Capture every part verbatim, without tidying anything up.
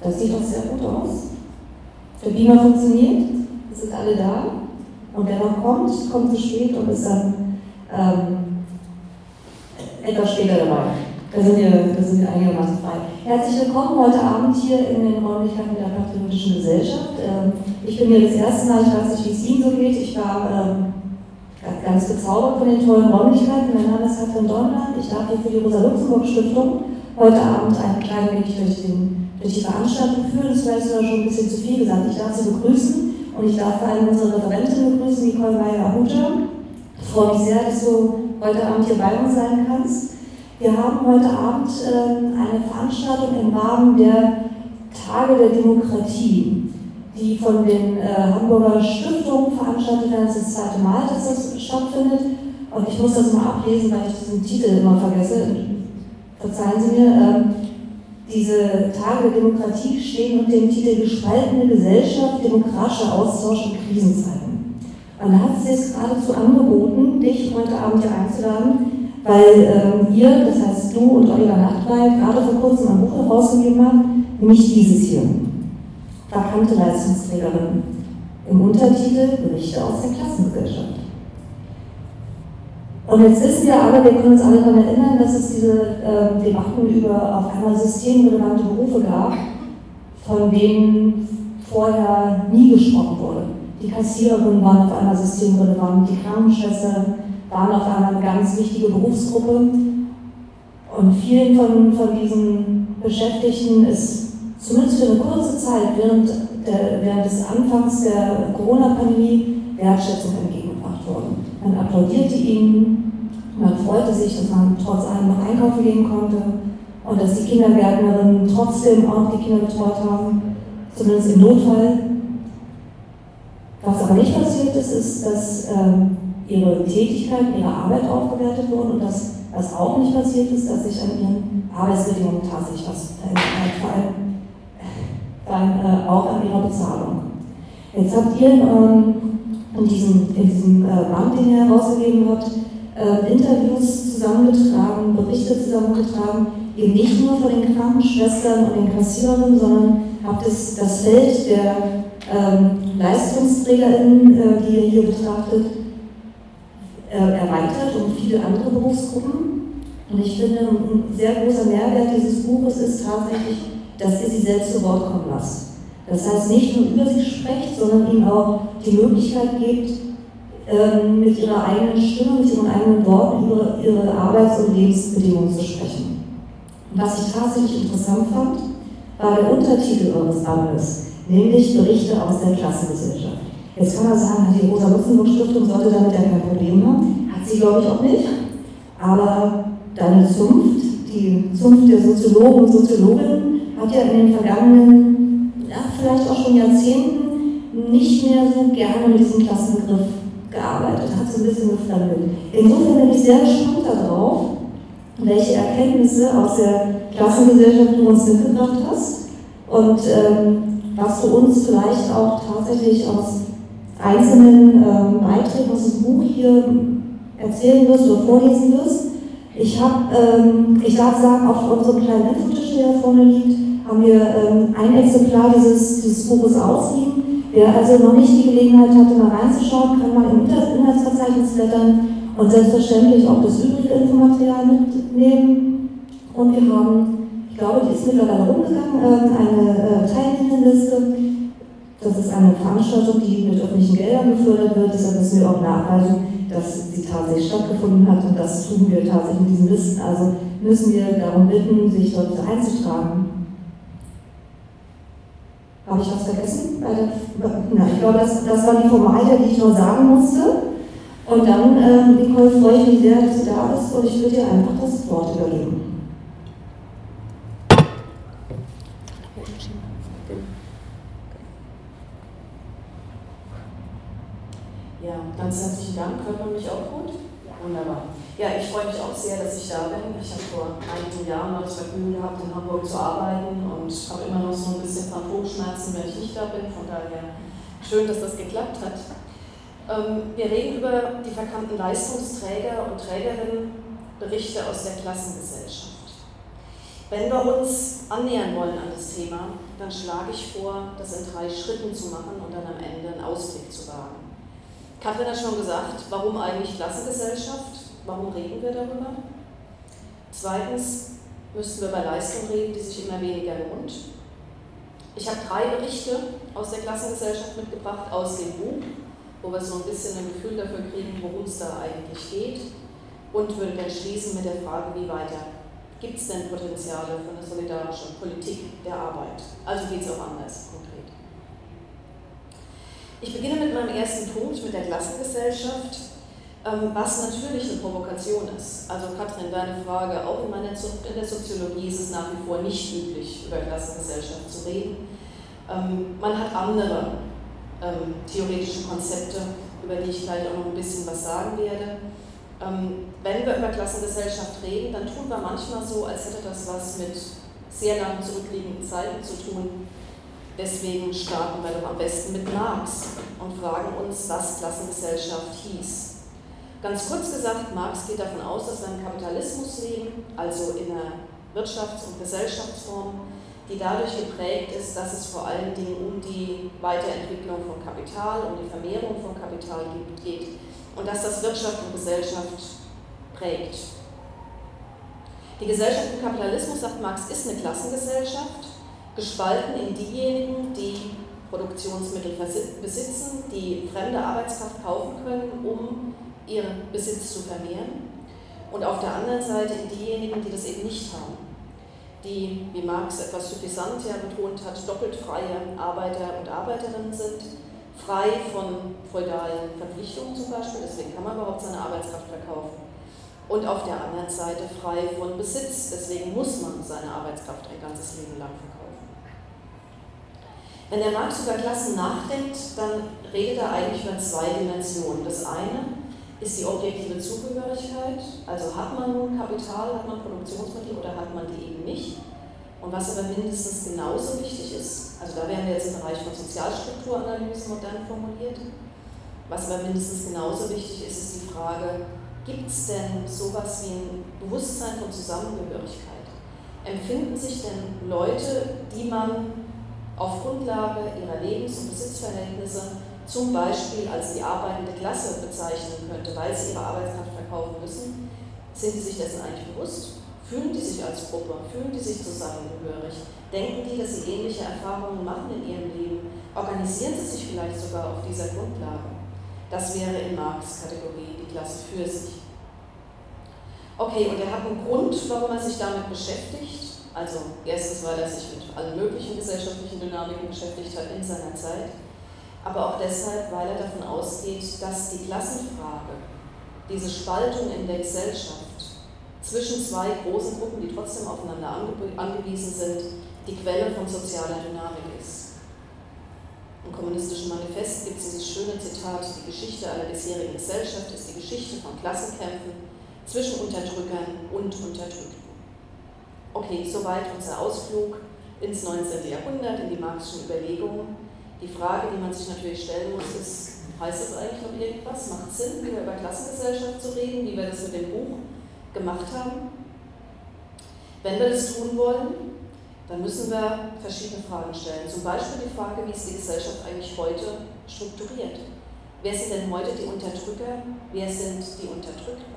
Das sieht doch sehr gut aus. Der Beamer funktioniert, es sind alle da. Und wer noch kommt, kommt zu spät und ist dann ähm, etwas später dabei. Da sind, wir, da sind wir einigermaßen frei. Herzlich willkommen heute Abend hier in den Räumlichkeiten der Patriotischen Gesellschaft. Ähm, ich bin hier das erste Mal, ich weiß nicht, wie es Ihnen so geht. Ich war ähm, ganz bezaubert von den tollen Räumlichkeiten. Mein Name ist Katrin Dornland. Ich darf hier für die Rosa-Luxemburg-Stiftung heute Abend einen kleinen Weg durch, den, durch die Veranstaltung führen. Das war schon ein bisschen zu viel gesagt. Ich darf Sie begrüßen. Und ich darf vor allem unsere Referentin begrüßen, Nicole Meyer-Ahuja. Ich freue mich sehr, dass du heute Abend hier bei uns sein kannst. Wir haben heute Abend äh, eine Veranstaltung im Rahmen der Tage der Demokratie, die von den äh, Hamburger Stiftungen veranstaltet werden. Das ist das zweite Mal, dass das stattfindet. Und ich muss das mal ablesen, weil ich diesen Titel immer vergesse. Verzeihen Sie mir. Äh, Diese Tage der Demokratie stehen unter dem Titel Gespaltene Gesellschaft, demokratischer Austausch in Krisenzeiten. Und da hat es jetzt geradezu angeboten, dich heute Abend hier einzuladen, weil ähm, ihr, das heißt du und Oliver Nachtwey, gerade vor kurzem ein Buch herausgegeben habt, nämlich dieses hier. Vakante Leistungsträgerin. Im Untertitel Berichte aus der Klassengesellschaft. Und jetzt wissen wir alle, wir können uns alle daran erinnern, dass es diese äh, Debatten über auf einmal systemrelevante Berufe gab, von denen vorher nie gesprochen wurde. Die Kassiererinnen waren auf einmal systemrelevant, die Krankenschwestern waren auf einmal eine ganz wichtige Berufsgruppe. Und vielen von, von diesen Beschäftigten ist zumindest für eine kurze Zeit während, der, während des Anfangs der Corona-Pandemie Wertschätzung entgegengebracht worden. Man applaudierte ihnen, man freute sich, dass man trotz allem noch einkaufen gehen konnte und dass die Kindergärtnerinnen trotzdem auch die Kinder betreut haben, zumindest im Notfall. Was aber nicht passiert ist, ist, dass ähm, ihre Tätigkeit, ihre Arbeit aufgewertet wurde und das, was auch nicht passiert ist, dass sich an ihren Arbeitsbedingungen tatsächlich was verändert hat, vor allem, vor allem äh, auch an ihrer Bezahlung. Jetzt habt ihr ähm, in diesem, in diesem äh, Band, den er herausgegeben hat, äh, Interviews zusammengetragen, Berichte zusammengetragen, eben nicht nur von den Krankenschwestern und den Kassiererinnen, sondern habt es, das Feld der ähm, LeistungsträgerInnen, äh, die ihr hier betrachtet, äh, erweitert um viele andere Berufsgruppen. Und ich finde, ein sehr großer Mehrwert dieses Buches ist tatsächlich, dass ihr sie selbst zu Wort kommen lasst. Das heißt, nicht nur über sie sprecht, sondern ihnen auch die Möglichkeit gibt, ähm, mit ihrer eigenen Stimme, mit ihren eigenen Worten über ihre Arbeits- und Lebensbedingungen zu sprechen. Und was ich tatsächlich interessant fand, war der Untertitel eures Bandes, nämlich Berichte aus der Klassengesellschaft. Jetzt kann man sagen, die Rosa-Luxemburg-Stiftung sollte damit ja kein Problem haben. Hat sie, glaube ich, auch nicht. Aber deine Zunft, die Zunft der Soziologen und Soziologinnen, hat ja in den vergangenen ja, vielleicht auch schon Jahrzehnten nicht mehr so gerne mit diesem Klassenbegriff gearbeitet, hat so ein bisschen gefremdet. Insofern bin ich sehr gespannt darauf, welche Erkenntnisse aus der Klassengesellschaft du uns mitgebracht hast und ähm, was du uns vielleicht auch tatsächlich aus einzelnen ähm, Beiträgen aus dem Buch hier erzählen wirst oder vorlesen wirst. Ich, hab, ähm, ich darf sagen, auf unserem kleinen Infotisch, der da vorne liegt, haben wir ähm, ein Exemplar dieses, dieses Buches ausliegen. Wer also noch nicht die Gelegenheit hatte, mal reinzuschauen, kann mal im Inhaltsverzeichnis blättern und selbstverständlich auch das übrige Infomaterial mitnehmen. Und wir haben, ich glaube, die ist mittlerweile rumgegangen, äh, eine äh, Teilnehmerliste. Das ist eine Veranstaltung, die mit öffentlichen Geldern gefördert wird. Deshalb müssen wir auch nachweisen, dass sie tatsächlich stattgefunden hat. Und das tun wir tatsächlich mit diesen Listen. Also müssen wir darum bitten, sich dort einzutragen. Habe ich was vergessen? Nein, ich glaube, das, das waren die Formalien, die ich noch sagen musste. Und dann, äh, Nicole, freue ich mich sehr, dass du da bist und ich würde dir einfach das Wort übergeben. Ja, ganz herzlichen Dank. Hört man mich auch gut? Wunderbar. Ja, ich freue mich auch sehr, dass ich da bin. Ich habe vor einigen Jahren noch das Vergnügen gehabt, in Hamburg zu arbeiten und habe immer noch so ein bisschen Phantomschmerzen, wenn ich nicht da bin. Von daher schön, dass das geklappt hat. Ähm, wir reden über die verkannten Leistungsträger und Trägerinnen, Berichte aus der Klassengesellschaft. Wenn wir uns annähern wollen an das Thema, dann schlage ich vor, das in drei Schritten zu machen und dann am Ende einen Ausblick zu wagen. Katrin hat schon gesagt, warum eigentlich Klassengesellschaft? Warum reden wir darüber? Zweitens müssten wir über Leistung reden, die sich immer weniger lohnt. Ich habe drei Berichte aus der Klassengesellschaft mitgebracht, aus dem Buch, wo wir so ein bisschen ein Gefühl dafür kriegen, worum es da eigentlich geht, und würde dann schließen mit der Frage, wie weiter. Gibt es denn Potenziale für eine solidarische Politik der Arbeit? Also geht es auch anders konkret. Ich beginne mit meinem ersten Punkt, mit der Klassengesellschaft, was natürlich eine Provokation ist. Also Katrin, deine Frage, auch in, meiner, in der Soziologie ist es nach wie vor nicht üblich, über Klassengesellschaft zu reden. Man hat andere theoretische Konzepte, über die ich gleich auch noch ein bisschen was sagen werde. Ähm, wenn wir über Klassengesellschaft reden, dann tun wir manchmal so, als hätte das was mit sehr lang zurückliegenden Zeiten zu tun. Deswegen starten wir doch am besten mit Marx und fragen uns, was Klassengesellschaft hieß. Ganz kurz gesagt, Marx geht davon aus, dass wir im Kapitalismus leben, also in einer Wirtschafts- und Gesellschaftsform, die dadurch geprägt ist, dass es vor allen Dingen um die Weiterentwicklung von Kapital, um die Vermehrung von Kapital geht. Und dass das Wirtschaft und Gesellschaft prägt. Die Gesellschaft im Kapitalismus, sagt Marx, ist eine Klassengesellschaft, gespalten in diejenigen, die Produktionsmittel besitzen, die fremde Arbeitskraft kaufen können, um ihren Besitz zu vermehren, und auf der anderen Seite in diejenigen, die das eben nicht haben, die, wie Marx etwas suffisant ja betont hat, doppelt freie Arbeiter und Arbeiterinnen sind, frei von feudalen Verpflichtungen zum Beispiel, deswegen kann man überhaupt seine Arbeitskraft verkaufen. Und auf der anderen Seite frei von Besitz, deswegen muss man seine Arbeitskraft ein ganzes Leben lang verkaufen. Wenn der Marx über Klassen nachdenkt, dann redet er eigentlich über zwei Dimensionen. Das eine ist die objektive Zugehörigkeit, also hat man nun Kapital, hat man Produktionsmittel oder hat man die eben nicht. Und was aber mindestens genauso wichtig ist, also da wären wir jetzt im Bereich von Sozialstrukturanalyse modern formuliert, was aber mindestens genauso wichtig ist, ist die Frage, gibt es denn sowas wie ein Bewusstsein von Zusammengehörigkeit? Empfinden sich denn Leute, die man auf Grundlage ihrer Lebens- und Besitzverhältnisse zum Beispiel als die arbeitende Klasse bezeichnen könnte, weil sie ihre Arbeitskraft verkaufen müssen, sind die sich dessen eigentlich bewusst? Fühlen die sich als Gruppe? Fühlen die sich zusammengehörig? Denken die, dass sie ähnliche Erfahrungen machen in ihrem Leben? Organisieren sie sich vielleicht sogar auf dieser Grundlage? Das wäre in Marx' Kategorie die Klasse für sich. Okay, und er hat einen Grund, warum er sich damit beschäftigt. Also erstens, weil er sich mit allen möglichen gesellschaftlichen Dynamiken beschäftigt hat in seiner Zeit, aber auch deshalb, weil er davon ausgeht, dass die Klassenfrage, diese Spaltung in der Gesellschaft zwischen zwei großen Gruppen, die trotzdem aufeinander angewiesen sind, die Quelle von sozialer Dynamik ist. Im Kommunistischen Manifest gibt es dieses schöne Zitat, die Geschichte aller bisherigen Gesellschaft ist die Geschichte von Klassenkämpfen zwischen Unterdrückern und Unterdrückten. Okay, soweit unser Ausflug ins neunzehnten Jahrhundert, in die marxischen Überlegungen. Die Frage, die man sich natürlich stellen muss, ist, heißt das eigentlich noch irgendwas? Macht es Sinn, wieder über Klassengesellschaft zu reden, wie wir das mit dem Buch gemacht haben? Wenn wir das tun wollen, dann müssen wir verschiedene Fragen stellen. Zum Beispiel die Frage, wie ist die Gesellschaft eigentlich heute strukturiert? Wer sind denn heute die Unterdrücker? Wer sind die Unterdrückten?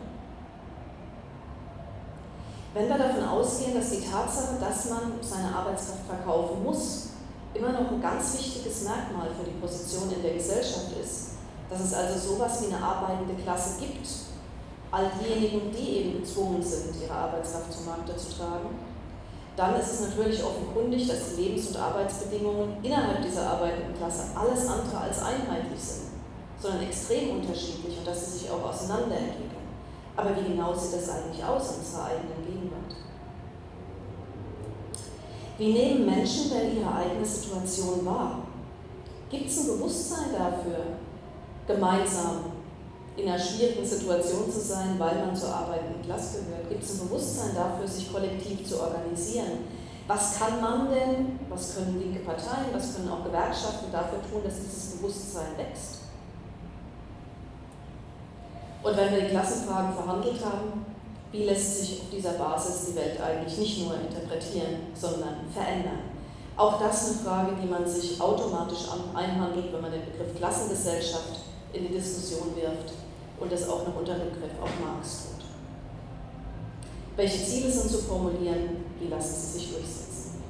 Wenn wir davon ausgehen, dass die Tatsache, dass man seine Arbeitskraft verkaufen muss, immer noch ein ganz wichtiges Merkmal für die Position in der Gesellschaft ist, dass es also sowas wie eine arbeitende Klasse gibt, all diejenigen, die eben gezwungen sind, ihre Arbeitskraft zum Markte zu tragen, dann ist es natürlich offenkundig, dass die Lebens- und Arbeitsbedingungen innerhalb dieser arbeitenden Klasse alles andere als einheitlich sind, sondern extrem unterschiedlich und dass sie sich auch auseinanderentwickeln. Aber wie genau sieht das eigentlich aus in unserer eigenen Gegenwart? Wie nehmen Menschen denn ihre eigene Situation wahr? Gibt es ein Bewusstsein dafür, gemeinsam in einer schwierigen Situation zu sein, weil man zur arbeitenden Klasse gehört? Gibt es ein Bewusstsein dafür, sich kollektiv zu organisieren? Was kann man denn, was können linke Parteien, was können auch Gewerkschaften dafür tun, dass dieses Bewusstsein wächst? Und wenn wir die Klassenfragen verhandelt haben, wie lässt sich auf dieser Basis die Welt eigentlich nicht nur interpretieren, sondern verändern. Auch das eine Frage, die man sich automatisch einhandelt, wenn man den Begriff Klassengesellschaft in die Diskussion wirft und das auch noch unter Rückgriff auf Marx tut. Welche Ziele sind zu formulieren, wie lassen sie sich durchsetzen?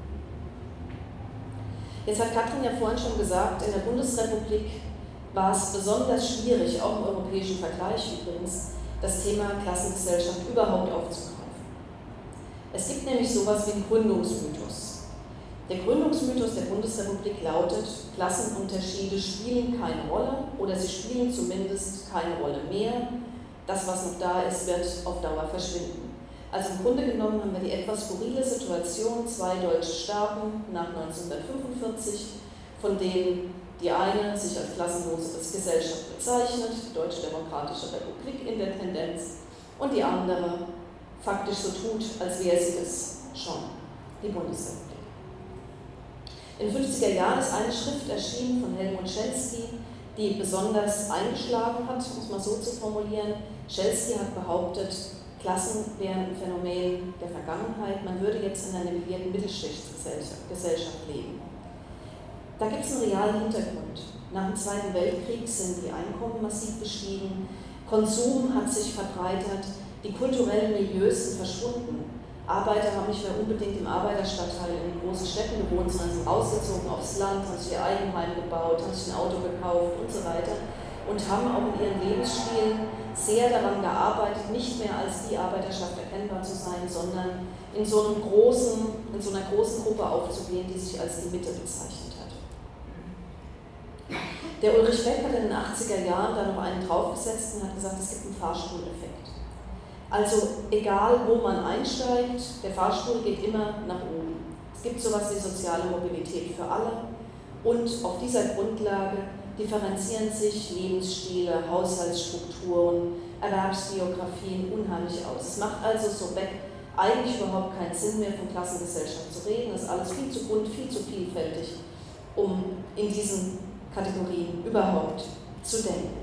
Jetzt hat Katrin ja vorhin schon gesagt, in der Bundesrepublik war es besonders schwierig, auch im europäischen Vergleich übrigens, das Thema Klassengesellschaft überhaupt aufzugreifen. Es gibt nämlich sowas wie einen Gründungsmythos. Der Gründungsmythos der Bundesrepublik lautet, Klassenunterschiede spielen keine Rolle oder sie spielen zumindest keine Rolle mehr. Das, was noch da ist, wird auf Dauer verschwinden. Also im Grunde genommen haben wir die etwas skurrile Situation, zwei deutsche Staaten nach neunzehnhundertfünfundvierzig, von denen die eine sich als klassenlose Gesellschaft bezeichnet, die Deutsche Demokratische Republik in der Tendenz, und die andere faktisch so tut, als wäre sie es schon, die Bundesrepublik. In den fünfziger Jahren ist eine Schrift erschienen von Helmut Schelsky, die besonders eingeschlagen hat, um es mal so zu formulieren. Schelsky hat behauptet, Klassen wären ein Phänomen der Vergangenheit, man würde jetzt in einer nivellierten Mittelschichtsgesellschaft leben. Da gibt es einen realen Hintergrund. Nach dem Zweiten Weltkrieg sind die Einkommen massiv gestiegen, Konsum hat sich verbreitert, die kulturellen Milieus sind verschwunden. Arbeiter haben nicht mehr unbedingt im Arbeiterstadtteil in großen Städten gewohnt, sondern sind ausgezogen aufs Land, haben sich ihr Eigenheim gebaut, haben sich ein Auto gekauft und so weiter und haben auch in ihren Lebensstilen sehr daran gearbeitet, nicht mehr als die Arbeiterschaft erkennbar zu sein, sondern in so, einem großen, in so einer großen Gruppe aufzugehen, die sich als die Mitte bezeichnet hat. Der Ulrich Beck hat in den achtziger Jahren da noch einen draufgesetzt und hat gesagt, es gibt einen Fahrstuhleffekt. Also egal, wo man einsteigt, der Fahrstuhl geht immer nach oben. Es gibt sowas wie soziale Mobilität für alle und auf dieser Grundlage differenzieren sich Lebensstile, Haushaltsstrukturen, Erwerbsbiografien unheimlich aus. Es macht also, so Beck, eigentlich überhaupt keinen Sinn mehr, von Klassengesellschaft zu reden. Das ist alles viel zu bunt, viel zu vielfältig, um in diesen Kategorien überhaupt zu denken.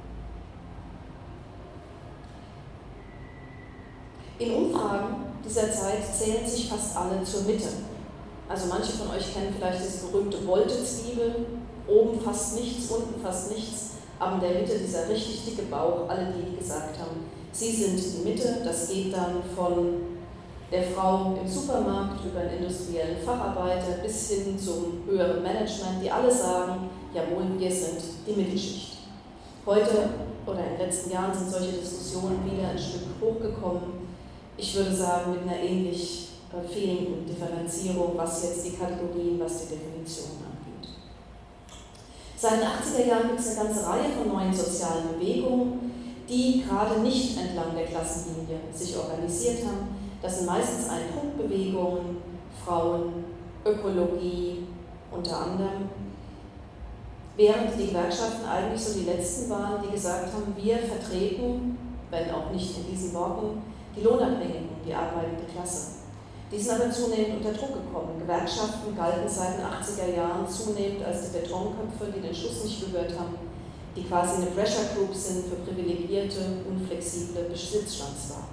In Umfragen dieser Zeit zählen sich fast alle zur Mitte. Also manche von euch kennen vielleicht diese berühmte Wolte-Zwiebel, oben fast nichts, unten fast nichts, aber in der Mitte dieser richtig dicke Bauch, alle die, die gesagt haben, sie sind die Mitte, das geht dann von der Frau im Supermarkt über den industriellen Facharbeiter bis hin zum höheren Management, die alle sagen, jawohl, wir sind die Mittelschicht. Heute oder in den letzten Jahren sind solche Diskussionen wieder ein Stück hochgekommen. Ich würde sagen, mit einer ähnlich äh, fehlenden Differenzierung, was jetzt die Kategorien, was die Definitionen angeht. Seit den achtziger Jahren gibt es eine ganze Reihe von neuen sozialen Bewegungen, die gerade nicht entlang der Klassenlinie sich organisiert haben. Das sind meistens Ein-Punkt-Bewegungen, Frauen, Ökologie unter anderem, während die Gewerkschaften eigentlich so die letzten waren, die gesagt haben, wir vertreten, wenn auch nicht in diesen Worten, die Lohnabhängigen, die arbeitende Klasse. Die sind aber zunehmend unter Druck gekommen. Gewerkschaften galten seit den achtziger Jahren zunehmend als die Betonköpfe, die den Schuss nicht gehört haben, die quasi eine Pressure Group sind für privilegierte, unflexible Besitzstandswaren.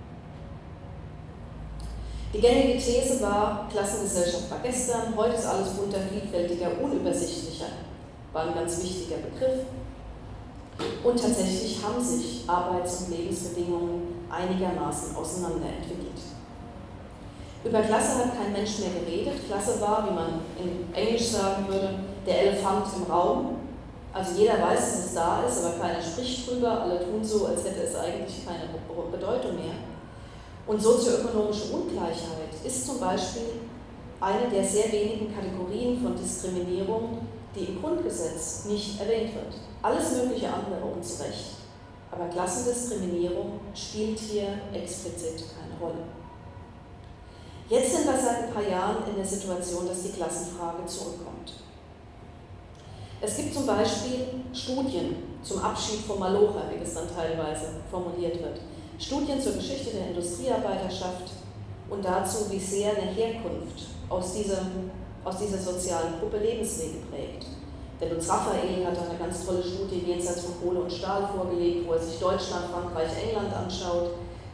Die gängige These war, Klassengesellschaft war gestern, heute ist alles bunter, vielfältiger, unübersichtlicher. War ein ganz wichtiger Begriff. Und tatsächlich haben sich Arbeits- und Lebensbedingungen einigermaßen auseinanderentwickelt. Über Klasse hat kein Mensch mehr geredet. Klasse war, wie man in Englisch sagen würde, der Elefant im Raum. Also jeder weiß, dass es da ist, aber keiner spricht drüber. Alle tun so, als hätte es eigentlich keine Bedeutung mehr. Und sozioökonomische Ungleichheit ist zum Beispiel eine der sehr wenigen Kategorien von Diskriminierung, die im Grundgesetz nicht erwähnt wird. Alles mögliche andere und zu Recht. Aber Klassendiskriminierung spielt hier explizit keine Rolle. Jetzt sind wir seit ein paar Jahren in der Situation, dass die Klassenfrage zurückkommt. Es gibt zum Beispiel Studien zum Abschied vom Malocher, wie es dann teilweise formuliert wird. Studien zur Geschichte der Industriearbeiterschaft und dazu, wie sehr eine Herkunft aus dieser, aus dieser sozialen Gruppe Lebenswege prägt. Der Lutz Raphael hat eine ganz tolle Studie jenseits von Kohle und Stahl vorgelegt, wo er sich Deutschland, Frankreich, England anschaut,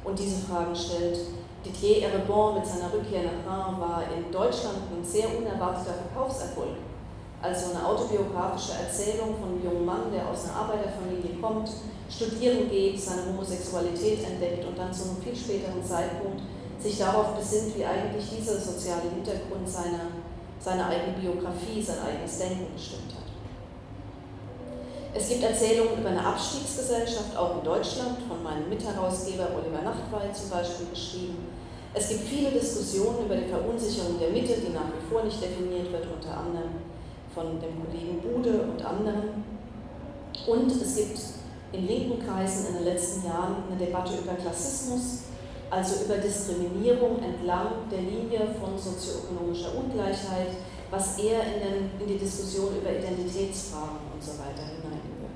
und diese Fragen stellt. Didier Eribon mit seiner Rückkehr nach Reims war in Deutschland ein sehr unerwarteter Verkaufserfolg. Also eine autobiografische Erzählung von einem jungen Mann, der aus einer Arbeiterfamilie kommt, studieren geht, seine Homosexualität entdeckt und dann zu einem viel späteren Zeitpunkt sich darauf besinnt, wie eigentlich dieser soziale Hintergrund seine, seine eigene Biografie, sein eigenes Denken bestimmt hat. Es gibt Erzählungen über eine Abstiegsgesellschaft, auch in Deutschland, von meinem Mitherausgeber Oliver Nachtwey zum Beispiel geschrieben. Es gibt viele Diskussionen über die Verunsicherung der Mitte, die nach wie vor nicht definiert wird, unter anderem von dem Kollegen Bude und anderen. Und es gibt in linken Kreisen in den letzten Jahren eine Debatte über Klassismus, also über Diskriminierung entlang der Linie von sozioökonomischer Ungleichheit, was eher in, den, in die Diskussion über Identitätsfragen und so weiter hineinführt.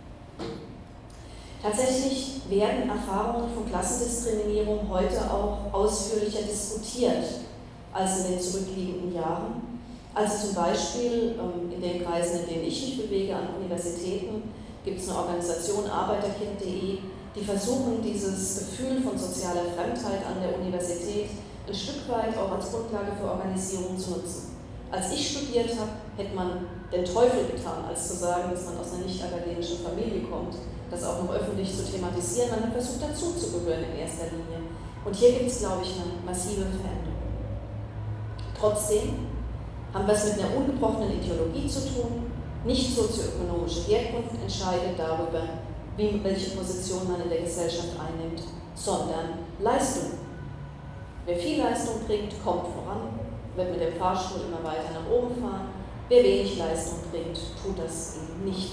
Tatsächlich werden Erfahrungen von Klassendiskriminierung heute auch ausführlicher diskutiert als in den zurückliegenden Jahren. Also zum Beispiel in den Kreisen, in denen ich mich bewege, an Universitäten, gibt es eine Organisation Arbeiterkind punkt de, die versuchen, dieses Gefühl von sozialer Fremdheit an der Universität ein Stück weit auch als Grundlage für Organisierung zu nutzen. Als ich studiert habe, hätte man den Teufel getan, als zu sagen, dass man aus einer nicht akademischen Familie kommt, das auch noch öffentlich zu thematisieren. Man hat versucht, dazuzugehören in erster Linie. Und hier gibt es, glaube ich, eine massive Veränderung. Trotzdem haben wir es mit einer ungebrochenen Ideologie zu tun. Nicht sozioökonomische Herkunft entscheidet darüber, wie, welche Position man in der Gesellschaft einnimmt, sondern Leistung. Wer viel Leistung bringt, kommt voran, wird mit dem Fahrstuhl immer weiter nach oben fahren. Wer wenig Leistung bringt, tut das eben nicht.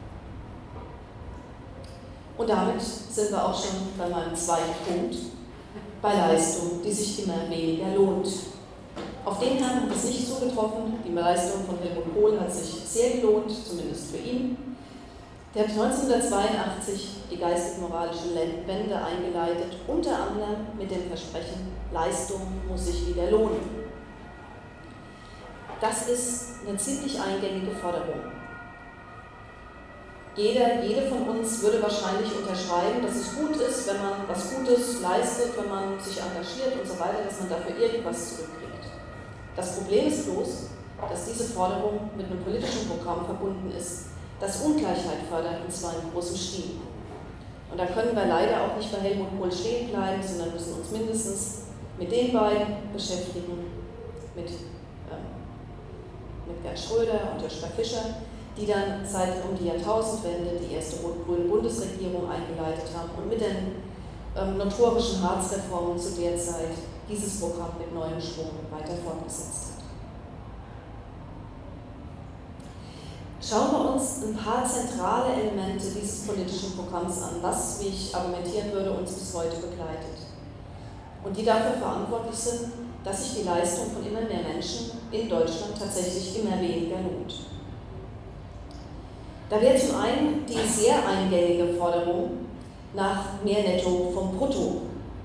Und damit sind wir auch schon bei meinem zweiten Punkt, bei Leistung, die sich immer weniger lohnt. Auf den Herrn hat es nicht so getroffen. Die Leistung von Helmut Kohl hat sich sehr gelohnt, zumindest für ihn. Der hat neunzehnhundertzweiundachtzig die geistig-moralische Wende eingeleitet, unter anderem mit dem Versprechen, Leistung muss sich wieder lohnen. Das ist eine ziemlich eingängige Forderung. Jeder, jede von uns würde wahrscheinlich unterschreiben, dass es gut ist, wenn man was Gutes leistet, wenn man sich engagiert und so weiter, dass man dafür irgendwas zurückkriegt. Das Problem ist bloß, dass diese Forderung mit einem politischen Programm verbunden ist, das Ungleichheit fördert, und zwar in großem Stil. Und da können wir leider auch nicht bei Helmut Kohl stehen bleiben, sondern müssen uns mindestens mit den beiden beschäftigen, mit, ähm, mit Gerd Schröder und Joschka Fischer, die dann seit um die Jahrtausendwende die erste rot-grüne Bundesregierung eingeleitet haben und mit den ähm, notorischen Hartz-Reformen zu der Zeit dieses Programm mit neuem Schwung weiter fortgesetzt hat. Schauen wir uns ein paar zentrale Elemente dieses politischen Programms an, was, wie ich argumentieren würde, uns bis heute begleitet. Und die dafür verantwortlich sind, dass sich die Leistung von immer mehr Menschen in Deutschland tatsächlich immer weniger lohnt. Da wäre zum einen die sehr eingängige Forderung nach mehr Netto vom Brutto.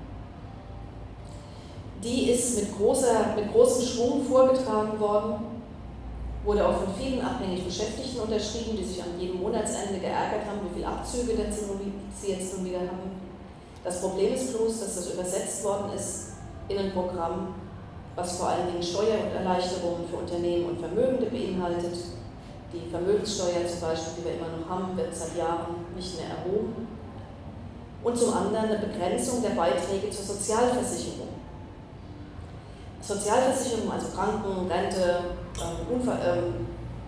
Die ist mit, großer, mit großem Schwung vorgetragen worden, wurde auch von vielen abhängig Beschäftigten unterschrieben, die sich an jedem Monatsende geärgert haben, wie viele Abzüge sie jetzt nun wieder haben. Das Problem ist bloß, dass das übersetzt worden ist in ein Programm, was vor allen Dingen Steuer- und Erleichterungen für Unternehmen und Vermögende beinhaltet. Die Vermögenssteuer zum Beispiel, die wir immer noch haben, wird seit Jahren nicht mehr erhoben. Und zum anderen eine Begrenzung der Beiträge zur Sozialversicherung. Sozialversicherung, also Kranken-, Rente, ähm, Unfall, ähm,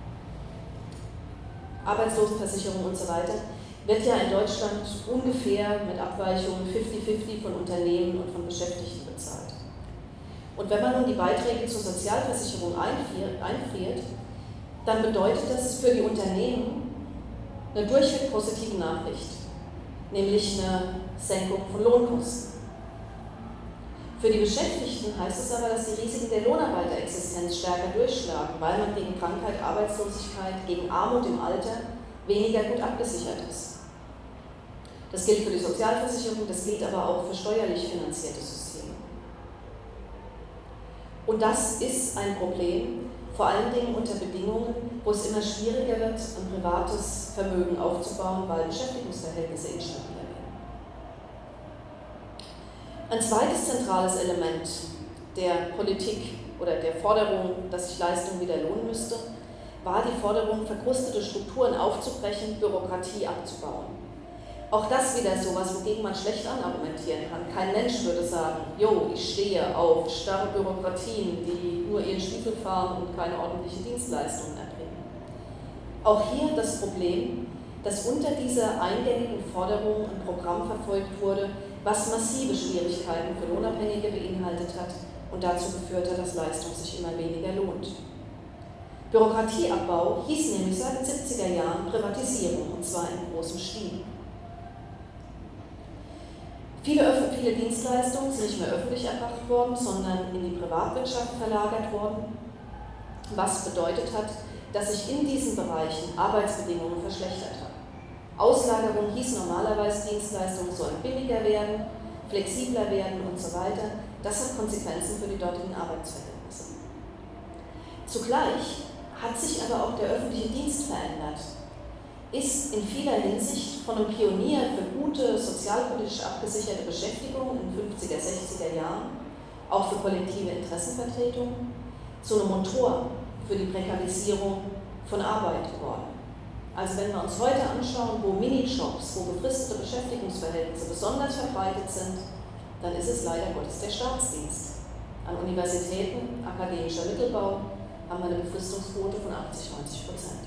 Arbeitslosenversicherung und so weiter, wird ja in Deutschland ungefähr mit Abweichungen fünfzig fünfzig von Unternehmen und von Beschäftigten bezahlt. Und wenn man nun die Beiträge zur Sozialversicherung einfriert, dann bedeutet das für die Unternehmen eine durchweg positive Nachricht, nämlich eine Senkung von Lohnkosten. Für die Beschäftigten heißt es aber, dass die Risiken der Lohnarbeiterexistenz stärker durchschlagen, weil man gegen Krankheit, Arbeitslosigkeit, gegen Armut im Alter weniger gut abgesichert ist. Das gilt für die Sozialversicherung, das gilt aber auch für steuerlich finanzierte Systeme. Und das ist ein Problem, vor allen Dingen unter Bedingungen, wo es immer schwieriger wird, ein privates Vermögen aufzubauen, weil Beschäftigungsverhältnisse instabiler werden. Ein zweites zentrales Element der Politik oder der Forderung, dass sich Leistung wieder lohnen müsste, war die Forderung, verkrustete Strukturen aufzubrechen, Bürokratie abzubauen. Auch das wieder so etwas, wogegen man schlecht anargumentieren kann. Kein Mensch würde sagen, jo, ich stehe auf starre Bürokratien, die nur ihren Stiefel fahren und keine ordentliche Dienstleistungen erbringen. Auch hier das Problem, dass unter dieser eingängigen Forderung ein Programm verfolgt wurde, was massive Schwierigkeiten für Lohnabhängige beinhaltet hat und dazu geführt hat, dass Leistung sich immer weniger lohnt. Bürokratieabbau hieß nämlich seit den siebziger Jahren Privatisierung, und zwar in großem Stil. Viele, viele Dienstleistungen sind nicht mehr öffentlich erbracht worden, sondern in die Privatwirtschaft verlagert worden, was bedeutet hat, dass sich in diesen Bereichen Arbeitsbedingungen verschlechtert haben. Auslagerung hieß normalerweise, Dienstleistungen sollen billiger werden, flexibler werden und so weiter. Das hat Konsequenzen für die dortigen Arbeitsverhältnisse. Zugleich hat sich aber auch der öffentliche Dienst verändert, ist in vieler Hinsicht von einem Pionier für gute, sozialpolitisch abgesicherte Beschäftigung in den fünfziger, sechziger Jahren, auch für kollektive Interessenvertretung, zu einem Motor für die Prekarisierung von Arbeit geworden. Also wenn wir uns heute anschauen, wo Minijobs, wo befristete Beschäftigungsverhältnisse besonders verbreitet sind, dann ist es leider Gottes der Staatsdienst. An Universitäten, akademischer Mittelbau, haben wir eine Befristungsquote von achtzig, neunzig Prozent.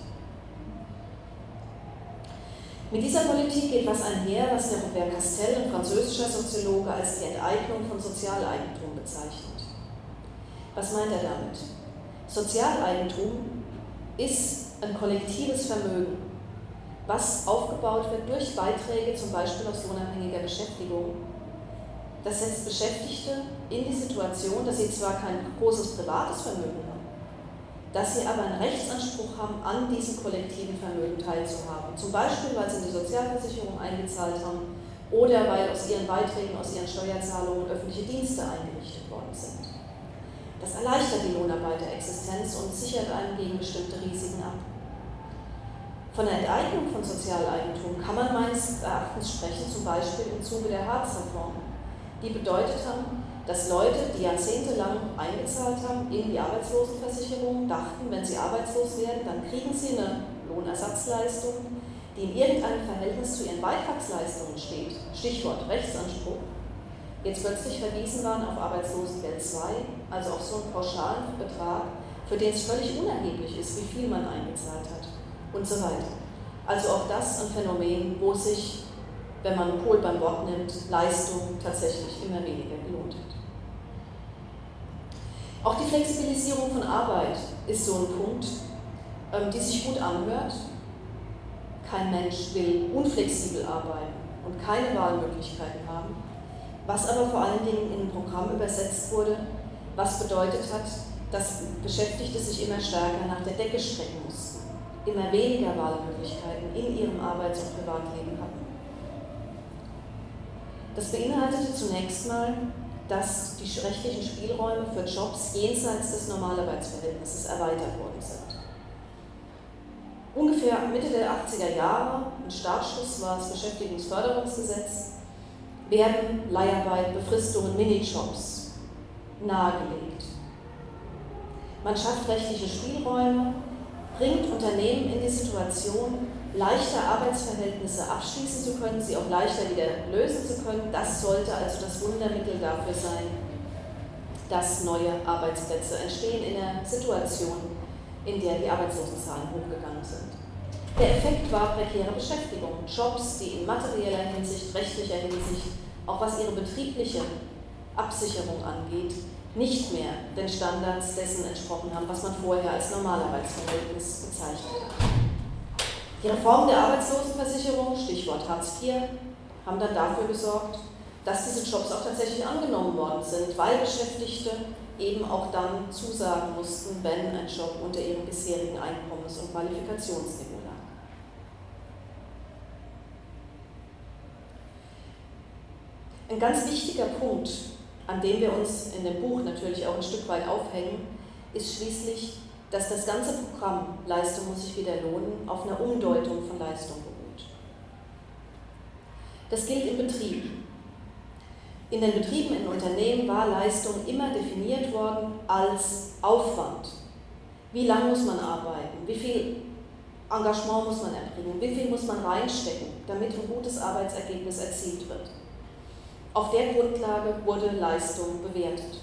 Mit dieser Politik geht was einher, was der Robert Castel, ein französischer Soziologe, als die Enteignung von Sozialeigentum bezeichnet. Was meint er damit? Sozialeigentum ist ein kollektives Vermögen, was aufgebaut wird durch Beiträge, zum Beispiel aus lohnabhängiger Beschäftigung. Das setzt Beschäftigte in die Situation, dass sie zwar kein großes privates Vermögen haben, dass sie aber einen Rechtsanspruch haben, an diesem kollektiven Vermögen teilzuhaben. Zum Beispiel, weil sie in die Sozialversicherung eingezahlt haben oder weil aus ihren Beiträgen, aus ihren Steuerzahlungen öffentliche Dienste eingerichtet worden sind. Das erleichtert die Lohnarbeiterexistenz und sichert einen gegen bestimmte Risiken ab. Von der Enteignung von Sozialeigentum kann man meines Erachtens sprechen, zum Beispiel im Zuge der Hartz-Reform, die bedeutet haben, dass Leute, die jahrzehntelang eingezahlt haben in die Arbeitslosenversicherung, dachten, wenn sie arbeitslos werden, dann kriegen sie eine Lohnersatzleistung, die in irgendeinem Verhältnis zu ihren Beitragsleistungen steht, Stichwort Rechtsanspruch, jetzt plötzlich verwiesen waren auf Arbeitslosengeld zwei, also auf so einen pauschalen Betrag, für den es völlig unerheblich ist, wie viel man eingezahlt hat und so weiter. Also auch das ein Phänomen, wo sich, wenn man Kohl beim Wort nimmt, Leistung tatsächlich immer weniger gelohnt hat. Auch die Flexibilisierung von Arbeit ist so ein Punkt, die sich gut anhört. Kein Mensch will unflexibel arbeiten und keine Wahlmöglichkeiten haben, was aber vor allen Dingen in ein Programm übersetzt wurde, was bedeutet hat, dass Beschäftigte sich immer stärker nach der Decke strecken mussten, immer weniger Wahlmöglichkeiten in ihrem Arbeits- und Privatleben hatten. Das beinhaltete zunächst mal, dass die rechtlichen Spielräume für Jobs jenseits des Normalarbeitsverhältnisses erweitert worden sind. Ungefähr Mitte der achtziger Jahre, ein Startschuss war das Beschäftigungsförderungsgesetz, werden Leiharbeit, Befristungen, Minijobs nahegelegt. Man schafft rechtliche Spielräume, bringt Unternehmen in die Situation, leichter Arbeitsverhältnisse abschließen zu können, sie auch leichter wieder lösen zu können. Das sollte also das Wundermittel dafür sein, dass neue Arbeitsplätze entstehen in einer Situation, in der die Arbeitslosenzahlen hochgegangen sind. Der Effekt war prekäre Beschäftigung, Jobs, die in materieller Hinsicht, rechtlicher Hinsicht, auch was ihre betriebliche Absicherung angeht, nicht mehr den Standards dessen entsprochen haben, was man vorher als Normalarbeitsverhältnis bezeichnet hat. Die Reform der Arbeitslosenversicherung, Stichwort Hartz vier, haben dann dafür gesorgt, dass diese Jobs auch tatsächlich angenommen worden sind, weil Beschäftigte eben auch dann zusagen mussten, wenn ein Job unter ihrem bisherigen Einkommens- und Qualifikationsniveau lag. Ein ganz wichtiger Punkt, an dem wir uns in dem Buch natürlich auch ein Stück weit aufhängen, ist schließlich, dass das ganze Programm Leistung muss sich wieder lohnen auf einer Umdeutung von Leistung beruht. Das gilt im Betrieb. In den Betrieben, in Unternehmen war Leistung immer definiert worden als Aufwand. Wie lange muss man arbeiten? Wie viel Engagement muss man erbringen? Wie viel muss man reinstecken, damit ein gutes Arbeitsergebnis erzielt wird? Auf der Grundlage wurde Leistung bewertet.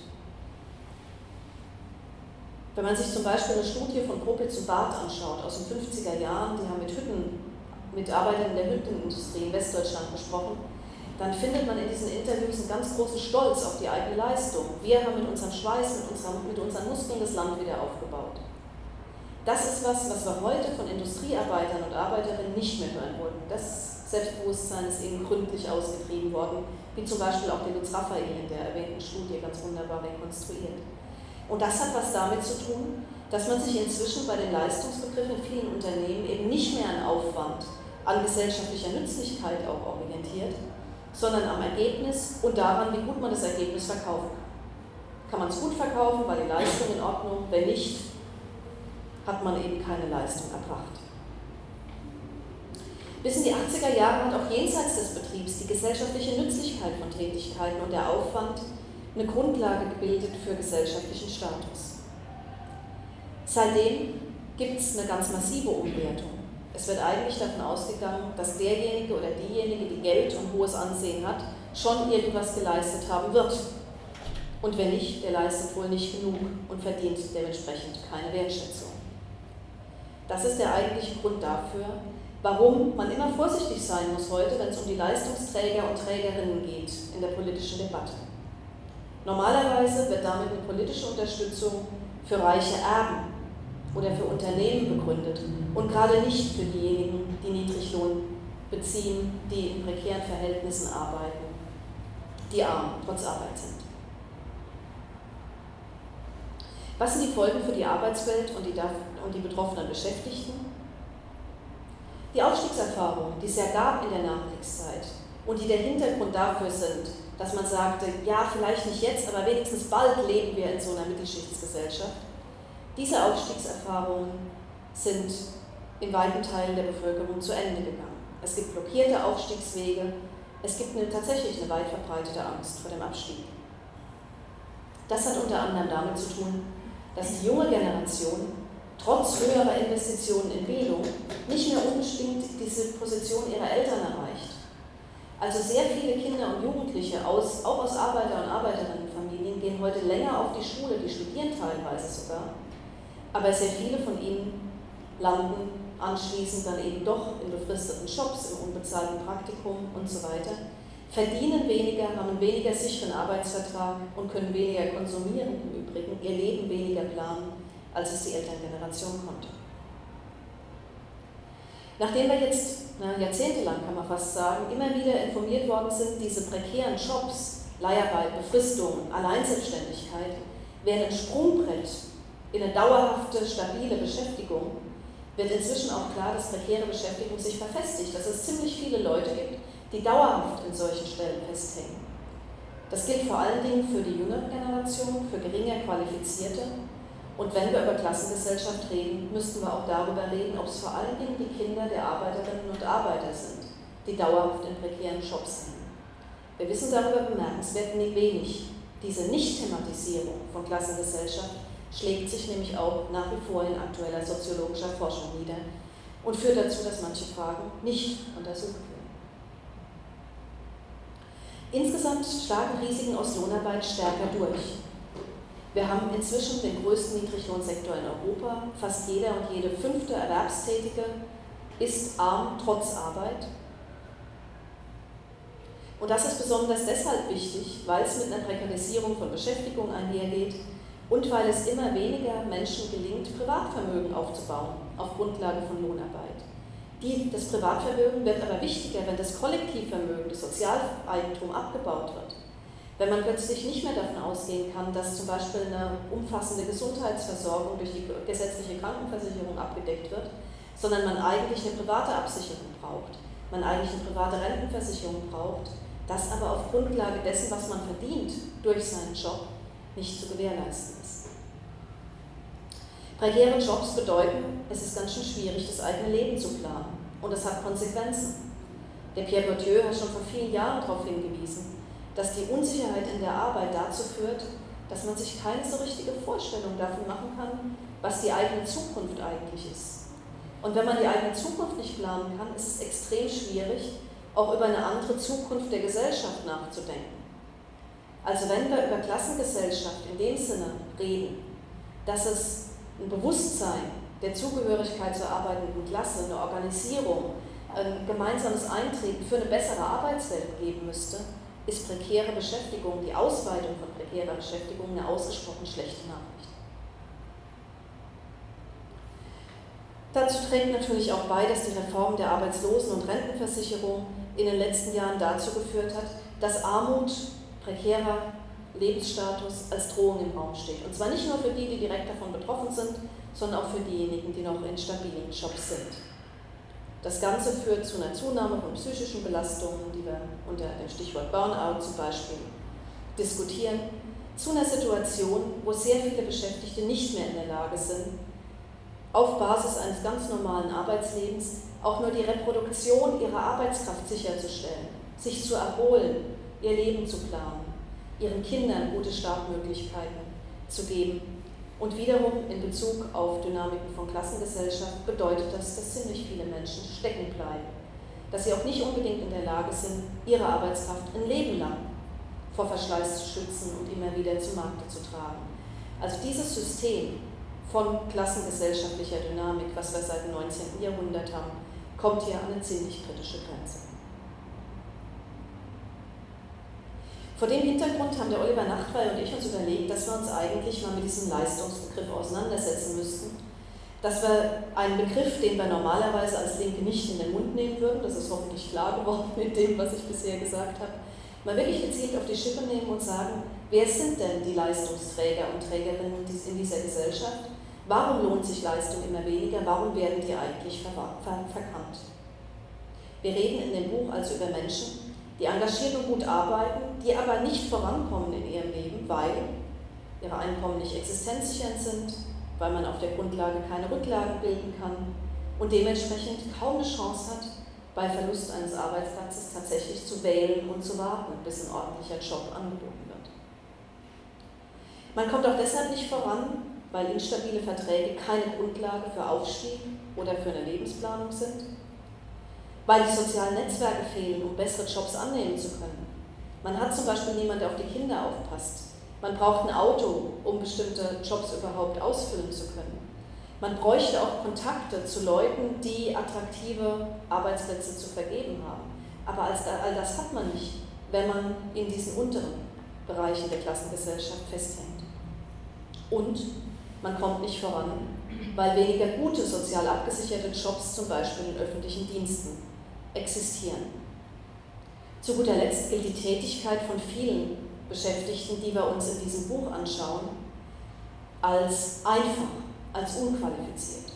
Wenn man sich zum Beispiel eine Studie von Kopitz und Barth anschaut aus den fünfziger Jahren, die haben mit Hütten, mit Arbeitern der Hüttenindustrie in Westdeutschland gesprochen, dann findet man in diesen Interviews einen ganz großen Stolz auf die eigene Leistung. Wir haben mit unserem Schweiß, mit, unserer, mit unseren Muskeln das Land wieder aufgebaut. Das ist was, was wir heute von Industriearbeitern und Arbeiterinnen nicht mehr hören wollen. Das Selbstbewusstsein ist eben gründlich ausgetrieben worden, wie zum Beispiel auch der Lutz Raphael in der erwähnten Studie ganz wunderbar rekonstruiert. Und das hat was damit zu tun, dass man sich inzwischen bei den Leistungsbegriffen in vielen Unternehmen eben nicht mehr an Aufwand, an gesellschaftlicher Nützlichkeit auch orientiert, sondern am Ergebnis und daran, wie gut man das Ergebnis verkaufen kann. Kann man es gut verkaufen, war die Leistung in Ordnung, wenn nicht, hat man eben keine Leistung erbracht. Bis in die achtziger Jahre hat auch jenseits des Betriebs die gesellschaftliche Nützlichkeit von Tätigkeiten und der Aufwand eine Grundlage gebildet für gesellschaftlichen Status. Seitdem gibt es eine ganz massive Umwertung. Es wird eigentlich davon ausgegangen, dass derjenige oder diejenige, die Geld und hohes Ansehen hat, schon irgendwas geleistet haben wird. Und wenn nicht, der leistet wohl nicht genug und verdient dementsprechend keine Wertschätzung. Das ist der eigentliche Grund dafür, warum man immer vorsichtig sein muss heute, wenn es um die Leistungsträger und Trägerinnen geht in der politischen Debatte. Normalerweise wird damit eine politische Unterstützung für reiche Erben oder für Unternehmen begründet und gerade nicht für diejenigen, die Niedriglohn beziehen, die in prekären Verhältnissen arbeiten, die arm trotz Arbeit sind. Was sind die Folgen für die Arbeitswelt und die, und die betroffenen Beschäftigten? Die Aufstiegserfahrungen, die es ja gab in der Nachkriegszeit und die der Hintergrund dafür sind, dass man sagte, ja, vielleicht nicht jetzt, aber wenigstens bald leben wir in so einer Mittelschichtsgesellschaft. Diese Aufstiegserfahrungen sind in weiten Teilen der Bevölkerung zu Ende gegangen. Es gibt blockierte Aufstiegswege, es gibt eine, tatsächlich eine weit verbreitete Angst vor dem Abstieg. Das hat unter anderem damit zu tun, dass die junge Generation trotz höherer Investitionen in Bildung nicht mehr unbedingt diese Position ihrer Eltern erreicht. Also sehr viele Kinder und Jugendliche, aus, auch aus Arbeiter- und Arbeiterinnenfamilien, gehen heute länger auf die Schule, die studieren teilweise sogar, aber sehr viele von ihnen landen anschließend dann eben doch in befristeten Jobs, im unbezahlten Praktikum und so weiter, verdienen weniger, haben einen weniger sicheren Arbeitsvertrag und können weniger konsumieren im Übrigen, ihr Leben weniger planen, als es die Elterngeneration konnte. Nachdem wir jetzt na, jahrzehntelang, kann man fast sagen, immer wieder informiert worden sind, diese prekären Jobs, Leiharbeit, Befristung, Alleinselbstständigkeit, wären ein Sprungbrett in eine dauerhafte, stabile Beschäftigung, wird inzwischen auch klar, dass prekäre Beschäftigung sich verfestigt, dass es ziemlich viele Leute gibt, die dauerhaft in solchen Stellen festhängen. Das gilt vor allen Dingen für die jüngere Generation, für geringer Qualifizierte. Und wenn wir über Klassengesellschaft reden, müssten wir auch darüber reden, ob es vor allen Dingen die Kinder der Arbeiterinnen und Arbeiter sind, die dauerhaft in prekären Jobs hängen. Wir wissen darüber bemerkenswert wenig. Diese Nicht-Thematisierung von Klassengesellschaft schlägt sich nämlich auch nach wie vor in aktueller soziologischer Forschung nieder und führt dazu, dass manche Fragen nicht untersucht werden. Insgesamt schlagen Risiken aus Lohnarbeit stärker durch. Wir haben inzwischen den größten Niedriglohnsektor in Europa. Fast jeder und jede fünfte Erwerbstätige ist arm trotz Arbeit. Und das ist besonders deshalb wichtig, weil es mit einer Prekarisierung von Beschäftigung einhergeht und weil es immer weniger Menschen gelingt, Privatvermögen aufzubauen auf Grundlage von Lohnarbeit. Die, das Privatvermögen wird aber wichtiger, wenn das Kollektivvermögen, das Sozialeigentum abgebaut wird. Wenn man plötzlich nicht mehr davon ausgehen kann, dass zum Beispiel eine umfassende Gesundheitsversorgung durch die gesetzliche Krankenversicherung abgedeckt wird, sondern man eigentlich eine private Absicherung braucht, man eigentlich eine private Rentenversicherung braucht, das aber auf Grundlage dessen, was man verdient durch seinen Job, nicht zu gewährleisten ist. Prekäre Jobs bedeuten, es ist ganz schön schwierig, das eigene Leben zu planen und es hat Konsequenzen. Der Pierre Bourdieu hat schon vor vielen Jahren darauf hingewiesen, dass die Unsicherheit in der Arbeit dazu führt, dass man sich keine so richtige Vorstellung davon machen kann, was die eigene Zukunft eigentlich ist. Und wenn man die eigene Zukunft nicht planen kann, ist es extrem schwierig, auch über eine andere Zukunft der Gesellschaft nachzudenken. Also wenn wir über Klassengesellschaft in dem Sinne reden, dass es ein Bewusstsein der Zugehörigkeit zur arbeitenden Klasse, eine Organisierung, ein gemeinsames Eintreten für eine bessere Arbeitswelt geben müsste, ist prekäre Beschäftigung, die Ausweitung von prekärer Beschäftigung, eine ausgesprochen schlechte Nachricht. Dazu trägt natürlich auch bei, dass die Reform der Arbeitslosen- und Rentenversicherung in den letzten Jahren dazu geführt hat, dass Armut, prekärer Lebensstatus als Drohung im Raum steht. Und zwar nicht nur für die, die direkt davon betroffen sind, sondern auch für diejenigen, die noch in stabilen Jobs sind. Das Ganze führt zu einer Zunahme von psychischen Belastungen, die wir unter dem Stichwort Burnout zum Beispiel diskutieren, zu einer Situation, wo sehr viele Beschäftigte nicht mehr in der Lage sind, auf Basis eines ganz normalen Arbeitslebens auch nur die Reproduktion ihrer Arbeitskraft sicherzustellen, sich zu erholen, ihr Leben zu planen, ihren Kindern gute Startmöglichkeiten zu geben. Und wiederum in Bezug auf Dynamiken von Klassengesellschaft bedeutet das, dass ziemlich viele Menschen stecken bleiben, dass sie auch nicht unbedingt in der Lage sind, ihre Arbeitskraft ein Leben lang vor Verschleiß zu schützen und immer wieder zu Markte zu tragen. Also dieses System von klassengesellschaftlicher Dynamik, was wir seit dem neunzehnten Jahrhundert haben, kommt hier an eine ziemlich kritische Grenze. Vor dem Hintergrund haben der Oliver Nachtwey und ich uns überlegt, dass wir uns eigentlich mal mit diesem Leistungsbegriff auseinandersetzen müssten. Dass wir einen Begriff, den wir normalerweise als Linke nicht in den Mund nehmen würden, das ist hoffentlich klar geworden mit dem, was ich bisher gesagt habe, mal wirklich gezielt auf die Schippe nehmen und sagen, wer sind denn die Leistungsträger und Trägerinnen in dieser Gesellschaft? Warum lohnt sich Leistung immer weniger? Warum werden die eigentlich verkannt? Wir reden in dem Buch also über Menschen, die engagiert und gut arbeiten, die aber nicht vorankommen in ihrem Leben, weil ihre Einkommen nicht existenzsichernd sind, weil man auf der Grundlage keine Rücklagen bilden kann und dementsprechend kaum eine Chance hat, bei Verlust eines Arbeitsplatzes tatsächlich zu wählen und zu warten, bis ein ordentlicher Job angeboten wird. Man kommt auch deshalb nicht voran, weil instabile Verträge keine Grundlage für Aufstieg oder für eine Lebensplanung sind, weil die sozialen Netzwerke fehlen, um bessere Jobs annehmen zu können. Man hat zum Beispiel niemanden, der auf die Kinder aufpasst. Man braucht ein Auto, um bestimmte Jobs überhaupt ausfüllen zu können. Man bräuchte auch Kontakte zu Leuten, die attraktive Arbeitsplätze zu vergeben haben. Aber all das hat man nicht, wenn man in diesen unteren Bereichen der Klassengesellschaft festhängt. Und man kommt nicht voran, weil weniger gute sozial abgesicherte Jobs, zum Beispiel in öffentlichen Diensten, existieren. Zu guter Letzt gilt die Tätigkeit von vielen Beschäftigten, die wir uns in diesem Buch anschauen, als einfach, als unqualifiziert.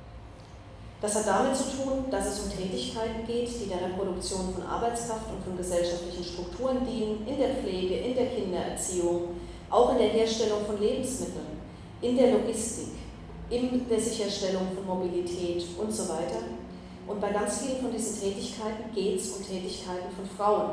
Das hat damit zu tun, dass es um Tätigkeiten geht, die der Reproduktion von Arbeitskraft und von gesellschaftlichen Strukturen dienen, in der Pflege, in der Kindererziehung, auch in der Herstellung von Lebensmitteln, in der Logistik, in der Sicherstellung von Mobilität und so weiter. Und bei ganz vielen von diesen Tätigkeiten geht es um Tätigkeiten von Frauen.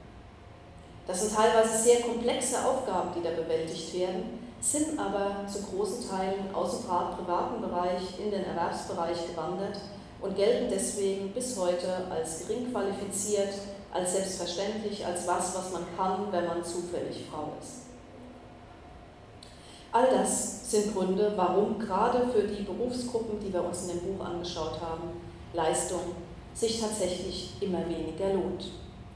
Das sind teilweise sehr komplexe Aufgaben, die da bewältigt werden, sind aber zu großen Teilen aus dem privaten Bereich in den Erwerbsbereich gewandert und gelten deswegen bis heute als gering qualifiziert, als selbstverständlich, als was, was man kann, wenn man zufällig Frau ist. All das sind Gründe, warum gerade für die Berufsgruppen, die wir uns in dem Buch angeschaut haben, Leistung sich tatsächlich immer weniger lohnt.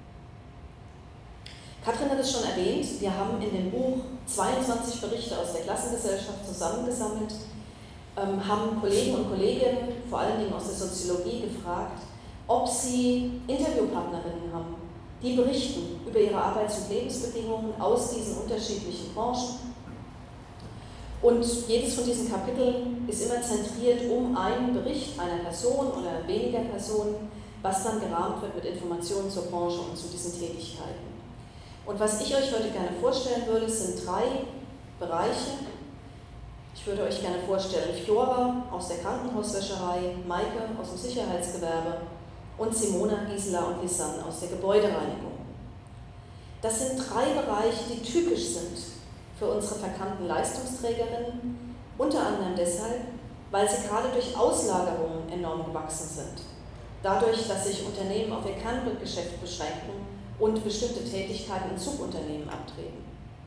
Katrin hat es schon erwähnt, wir haben in dem Buch zweiundzwanzig Berichte aus der Klassengesellschaft zusammengesammelt, ähm, haben Kollegen und Kolleginnen, vor allen Dingen aus der Soziologie, gefragt, ob sie Interviewpartnerinnen haben, die berichten über ihre Arbeits- und Lebensbedingungen aus diesen unterschiedlichen Branchen. Und jedes von diesen Kapiteln ist immer zentriert um einen Bericht einer Person oder weniger Personen, was dann gerahmt wird mit Informationen zur Branche und zu diesen Tätigkeiten. Und was ich euch heute gerne vorstellen würde, sind drei Bereiche. Ich würde euch gerne vorstellen Fiora aus der Krankenhauswäscherei, Maike aus dem Sicherheitsgewerbe und Simona, Gisela und Lisanne aus der Gebäudereinigung. Das sind drei Bereiche, die typisch sind für unsere verkannten Leistungsträgerinnen, unter anderem deshalb, weil sie gerade durch Auslagerungen enorm gewachsen sind. Dadurch, dass sich Unternehmen auf ihr Kerngeschäft beschränken und bestimmte Tätigkeiten in Subunternehmen abtreten.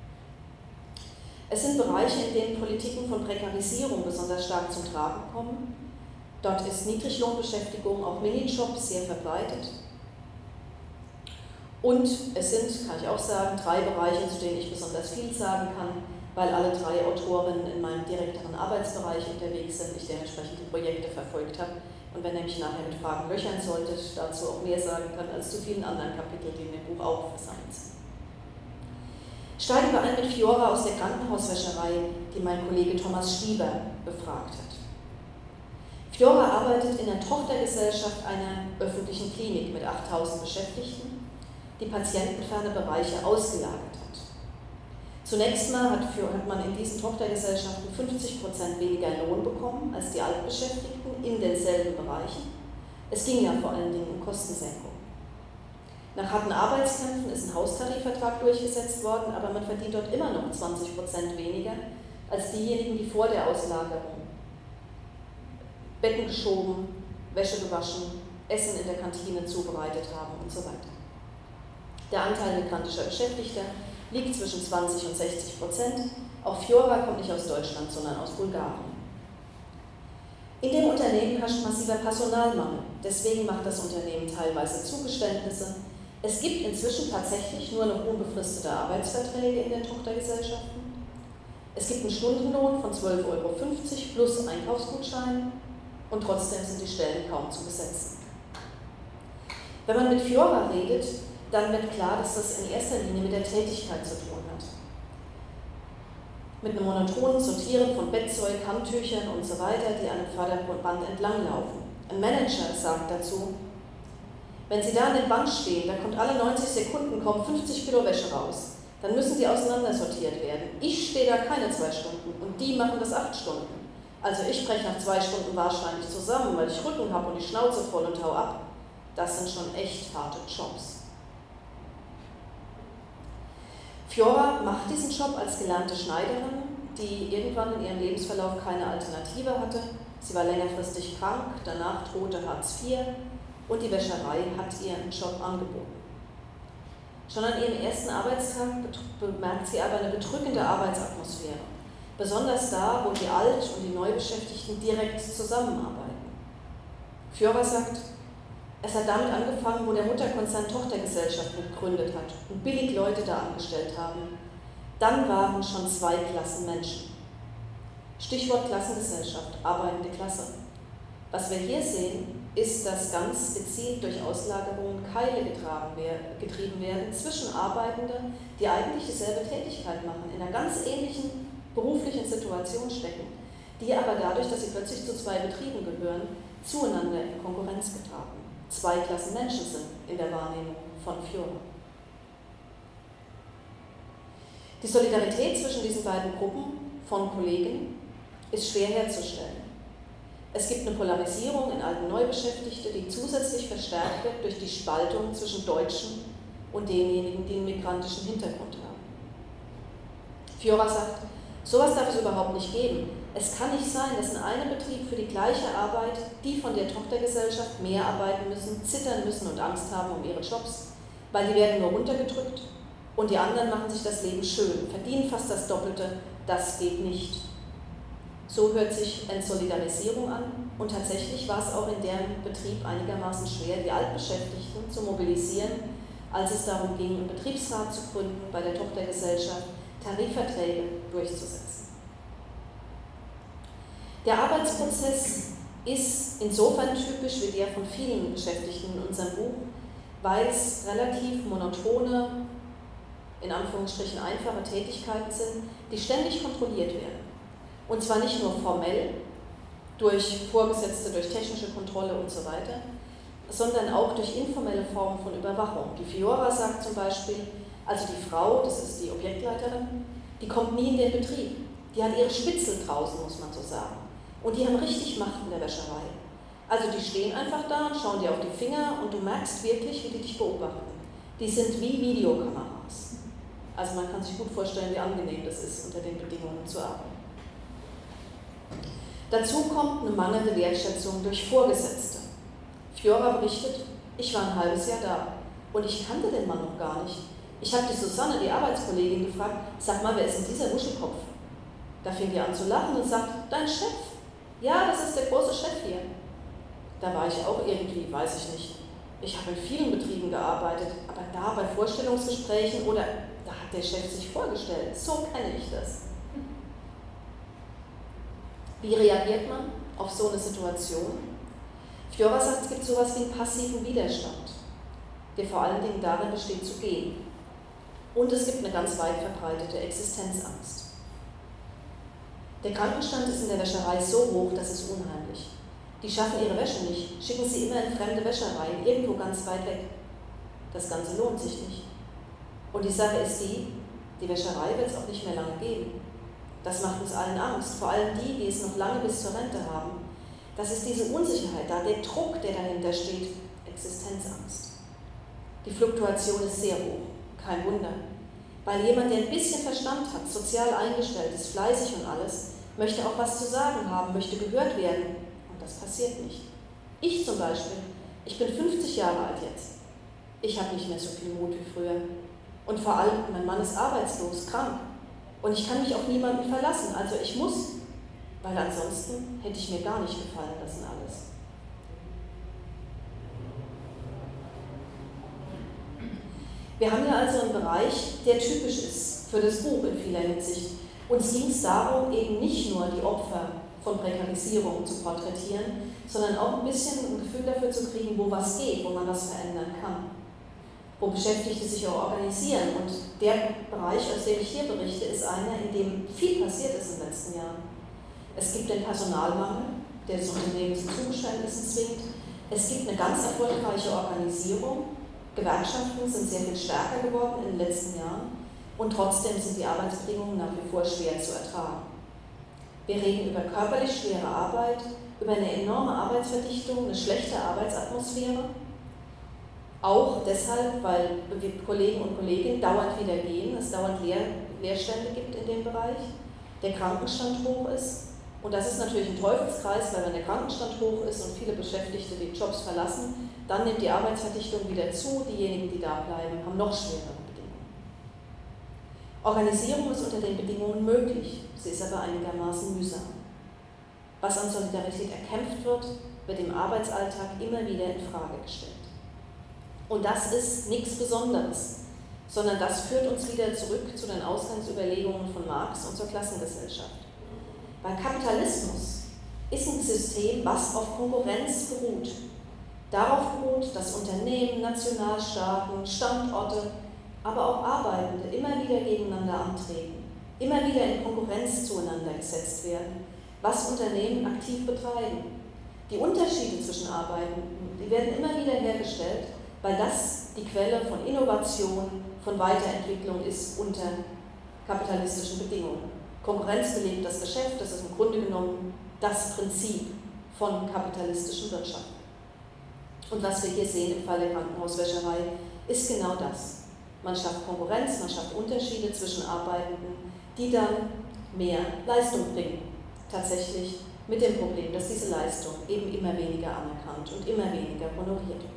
Es sind Bereiche, in denen Politiken von Prekarisierung besonders stark zum Tragen kommen. Dort ist Niedriglohnbeschäftigung, auch Minijobs, sehr verbreitet. Und es sind, kann ich auch sagen, drei Bereiche, zu denen ich besonders viel sagen kann, weil alle drei Autorinnen in meinem direkteren Arbeitsbereich unterwegs sind, ich dementsprechend die Projekte verfolgt habe. Und wenn ihr mich nachher mit Fragen löchern solltet, dazu auch mehr sagen kann als zu vielen anderen Kapiteln, die in dem Buch auch versammelt sind. Steigen wir ein mit Fiora aus der Krankenhauswäscherei, die mein Kollege Thomas Stieber befragt hat. Fiora arbeitet in der Tochtergesellschaft einer öffentlichen Klinik mit achttausend Beschäftigten, die patientenferne Bereiche ausgelagert hat. Zunächst mal hat, für, hat man in diesen Tochtergesellschaften fünfzig Prozent weniger Lohn bekommen als die Altbeschäftigten in denselben Bereichen. Es ging ja vor allen Dingen um Kostensenkung. Nach harten Arbeitskämpfen ist ein Haustarifvertrag durchgesetzt worden, aber man verdient dort immer noch zwanzig Prozent weniger als diejenigen, die vor der Auslagerung Betten geschoben, Wäsche gewaschen, Essen in der Kantine zubereitet haben und so weiter. Der Anteil migrantischer Beschäftigter liegt zwischen zwanzig und sechzig Prozent. Auch Fiora kommt nicht aus Deutschland, sondern aus Bulgarien. In dem Unternehmen herrscht massiver Personalmangel. Deswegen macht das Unternehmen teilweise Zugeständnisse. Es gibt inzwischen tatsächlich nur noch unbefristete Arbeitsverträge in den Tochtergesellschaften. Es gibt einen Stundenlohn von zwölf Euro fünfzig plus Einkaufsgutschein und trotzdem sind die Stellen kaum zu besetzen. Wenn man mit Fiora redet, dann wird klar, dass das in erster Linie mit der Tätigkeit zu tun hat. Mit einem monotonen Sortieren von Bettzeug, Handtüchern und so weiter, die an einem Förderband entlanglaufen. Ein Manager sagt dazu, wenn Sie da an dem Band stehen, da kommt alle neunzig Sekunden kommen fünfzig Kilo Wäsche raus, dann müssen sie auseinandersortiert werden. Ich stehe da keine zwei Stunden und die machen das acht Stunden. Also ich breche nach zwei Stunden wahrscheinlich zusammen, weil ich Rücken habe und die Schnauze voll und hau ab. Das sind schon echt harte Jobs. Fiora macht diesen Job als gelernte Schneiderin, die irgendwann in ihrem Lebensverlauf keine Alternative hatte. Sie war längerfristig krank, danach drohte Hartz vier und die Wäscherei hat ihr einen Job angeboten. Schon an ihrem ersten Arbeitstag bemerkt sie aber eine bedrückende Arbeitsatmosphäre, besonders da, wo die Alt- und die Neubeschäftigten direkt zusammenarbeiten. Fiora sagt, es hat damit angefangen, wo der Mutterkonzern Tochtergesellschaften gegründet hat und billig Leute da angestellt haben. Dann waren schon zwei Klassen Menschen. Stichwort Klassengesellschaft, arbeitende Klasse. Was wir hier sehen, ist, dass ganz gezielt durch Auslagerungen Keile getragen werden, getrieben werden zwischen Arbeitenden, die eigentlich dieselbe Tätigkeit machen, in einer ganz ähnlichen beruflichen Situation stecken, die aber dadurch, dass sie plötzlich zu zwei Betrieben gehören, zueinander in Konkurrenz getragen. Zwei Klassen Menschen sind in der Wahrnehmung von Fiora. Die Solidarität zwischen diesen beiden Gruppen von Kollegen ist schwer herzustellen. Es gibt eine Polarisierung in alten Neubeschäftigte, die zusätzlich verstärkt wird durch die Spaltung zwischen Deutschen und denjenigen, die einen migrantischen Hintergrund haben. Fiora sagt, sowas darf es überhaupt nicht geben. Es kann nicht sein, dass in einem Betrieb für die gleiche Arbeit die von der Tochtergesellschaft mehr arbeiten müssen, zittern müssen und Angst haben um ihre Jobs, weil die werden nur runtergedrückt und die anderen machen sich das Leben schön, verdienen fast das Doppelte, das geht nicht. So hört sich Entsolidarisierung an und tatsächlich war es auch in deren Betrieb einigermaßen schwer, die Altbeschäftigten zu mobilisieren, als es darum ging, einen Betriebsrat zu gründen, bei der Tochtergesellschaft Tarifverträge durchzusetzen. Der Arbeitsprozess ist insofern typisch wie der von vielen Beschäftigten in unserem Buch, weil es relativ monotone, in Anführungsstrichen einfache Tätigkeiten sind, die ständig kontrolliert werden. Und zwar nicht nur formell, durch Vorgesetzte, durch technische Kontrolle und so weiter, sondern auch durch informelle Formen von Überwachung. Die Fiora sagt zum Beispiel, also die Frau, das ist die Objektleiterin, die kommt nie in den Betrieb. Die hat ihre Spitzel draußen, muss man so sagen. Und die haben richtig Macht in der Wäscherei. Also die stehen einfach da und schauen dir auf die Finger und du merkst wirklich, wie die dich beobachten. die sind wie Videokameras. Also man kann sich gut vorstellen, wie angenehm das ist, unter den Bedingungen zu arbeiten. Dazu kommt eine mangelnde Wertschätzung durch Vorgesetzte. Fiora berichtet, ich war ein halbes Jahr da und ich kannte den Mann noch gar nicht. Ich habe die Susanne, die Arbeitskollegin, gefragt, sag mal, wer ist denn dieser Wuschelkopf? Da fing die an zu lachen und sagt, dein Chef. Ja, das ist der große Chef hier. Da war ich auch irgendwie, weiß ich nicht. Ich habe in vielen Betrieben gearbeitet, aber da bei Vorstellungsgesprächen oder da hat der Chef sich vorgestellt. So kenne ich das. Wie reagiert man auf so eine Situation? Fiora sagt, es gibt sowas wie einen passiven Widerstand, der vor allen Dingen darin besteht, zu gehen. Und es gibt eine ganz weit verbreitete Existenzangst. Der Krankenstand ist in der Wäscherei so hoch, das ist unheimlich. Die schaffen ihre Wäsche nicht, schicken sie immer in fremde Wäschereien, irgendwo ganz weit weg. Das Ganze lohnt sich nicht. Und die Sache ist die, die Wäscherei wird es auch nicht mehr lange geben. Das macht uns allen Angst, vor allem die, die es noch lange bis zur Rente haben. Das ist diese Unsicherheit da, der Druck, der dahinter steht, Existenzangst. Die Fluktuation ist sehr hoch, kein Wunder. Weil jemand, der ein bisschen Verstand hat, sozial eingestellt ist, fleißig und alles, möchte auch was zu sagen haben, möchte gehört werden. Und das passiert nicht. Ich zum Beispiel, ich bin fünfzig Jahre alt jetzt. Ich habe nicht mehr so viel Mut wie früher. Und vor allem, mein Mann ist arbeitslos, krank. Und ich kann mich auf niemanden verlassen, also ich muss, weil ansonsten hätte ich mir gar nicht gefallen lassen alles. Wir haben ja also einen Bereich, der typisch ist für das Buch in vieler Hinsicht. Uns ging es darum, eben nicht nur die Opfer von Prekarisierung zu porträtieren, sondern auch ein bisschen ein Gefühl dafür zu kriegen, wo was geht, wo man was verändern kann. Wo Beschäftigte sich auch organisieren. Und der Bereich, aus dem ich hier berichte, ist einer, in dem viel passiert ist in den letzten Jahren. Es gibt den Personalmangel, der das Unternehmen zu Zugeständnissen zwingt. Es gibt eine ganz erfolgreiche Organisierung. Gewerkschaften sind sehr viel stärker geworden in den letzten Jahren. Und trotzdem sind die Arbeitsbedingungen nach wie vor schwer zu ertragen. Wir reden über körperlich schwere Arbeit, über eine enorme Arbeitsverdichtung, eine schlechte Arbeitsatmosphäre. Auch deshalb, weil Kollegen und Kolleginnen dauernd wieder gehen, es dauernd Lehr Leerstände gibt in dem Bereich, der Krankenstand hoch ist. Und das ist natürlich ein Teufelskreis, weil wenn der Krankenstand hoch ist und viele Beschäftigte die Jobs verlassen, dann nimmt die Arbeitsverdichtung wieder zu, diejenigen, die da bleiben, haben noch schwerere Bedingungen. Organisierung ist unter den Bedingungen möglich, sie ist aber einigermaßen mühsam. Was an Solidarität erkämpft wird, wird im Arbeitsalltag immer wieder in Frage gestellt. Und das ist nichts Besonderes, sondern das führt uns wieder zurück zu den Ausgangsüberlegungen von Marx und zur Klassengesellschaft. Weil Kapitalismus ist ein System, was auf Konkurrenz beruht. Darauf beruht, dass Unternehmen, Nationalstaaten, Standorte, aber auch Arbeitende immer wieder gegeneinander antreten, immer wieder in Konkurrenz zueinander gesetzt werden, was Unternehmen aktiv betreiben. Die Unterschiede zwischen Arbeitenden, die werden immer wieder hergestellt, weil das die Quelle von Innovation, von Weiterentwicklung ist unter kapitalistischen Bedingungen. Konkurrenz belebt das Geschäft, das ist im Grunde genommen das Prinzip von kapitalistischen Wirtschaften. Und was wir hier sehen im Fall der Krankenhauswäscherei, ist genau das. Man schafft Konkurrenz, man schafft Unterschiede zwischen Arbeitenden, die dann mehr Leistung bringen. Tatsächlich mit dem Problem, dass diese Leistung eben immer weniger anerkannt und immer weniger honoriert wird.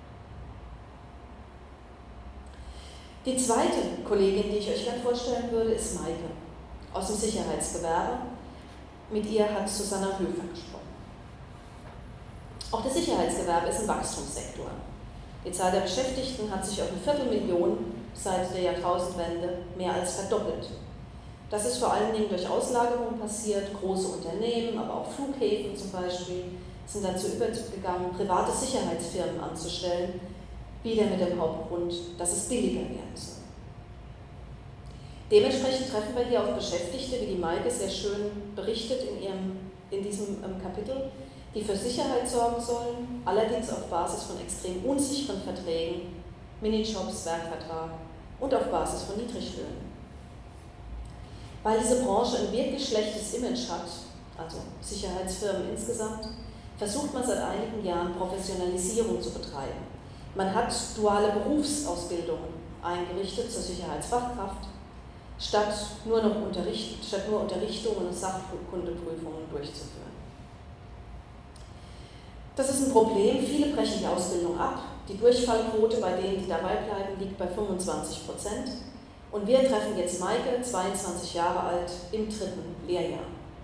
Die zweite Kollegin, die ich euch gerne vorstellen würde, ist Maike aus dem Sicherheitsgewerbe. Mit ihr hat Susanna Höfer gesprochen. Auch das Sicherheitsgewerbe ist ein Wachstumssektor. Die Zahl der Beschäftigten hat sich auf eine Viertelmillion seit der Jahrtausendwende mehr als verdoppelt. Das ist vor allen Dingen durch Auslagerung passiert. Große Unternehmen, aber auch Flughäfen zum Beispiel, sind dazu übergegangen, private Sicherheitsfirmen anzustellen, wieder mit dem Hauptgrund, dass es billiger werden soll. Dementsprechend treffen wir hier auf Beschäftigte, wie die Maike sehr schön berichtet in, ihrem, in diesem ähm, Kapitel, die für Sicherheit sorgen sollen, allerdings auf Basis von extrem unsicheren Verträgen, Minijobs, Werkvertrag und auf Basis von Niedriglöhnen. Weil diese Branche ein wirklich schlechtes Image hat, also Sicherheitsfirmen insgesamt, versucht man seit einigen Jahren Professionalisierung zu betreiben. Man hat duale Berufsausbildungen eingerichtet zur Sicherheitsfachkraft, statt nur, noch Unterricht, statt nur Unterrichtungen und Sachkundeprüfungen durchzuführen. Das ist ein Problem, viele brechen die Ausbildung ab. Die Durchfallquote bei denen, die dabei bleiben, liegt bei fünfundzwanzig Prozent. Und wir treffen jetzt Maike, zweiundzwanzig Jahre alt, im dritten Lehrjahr.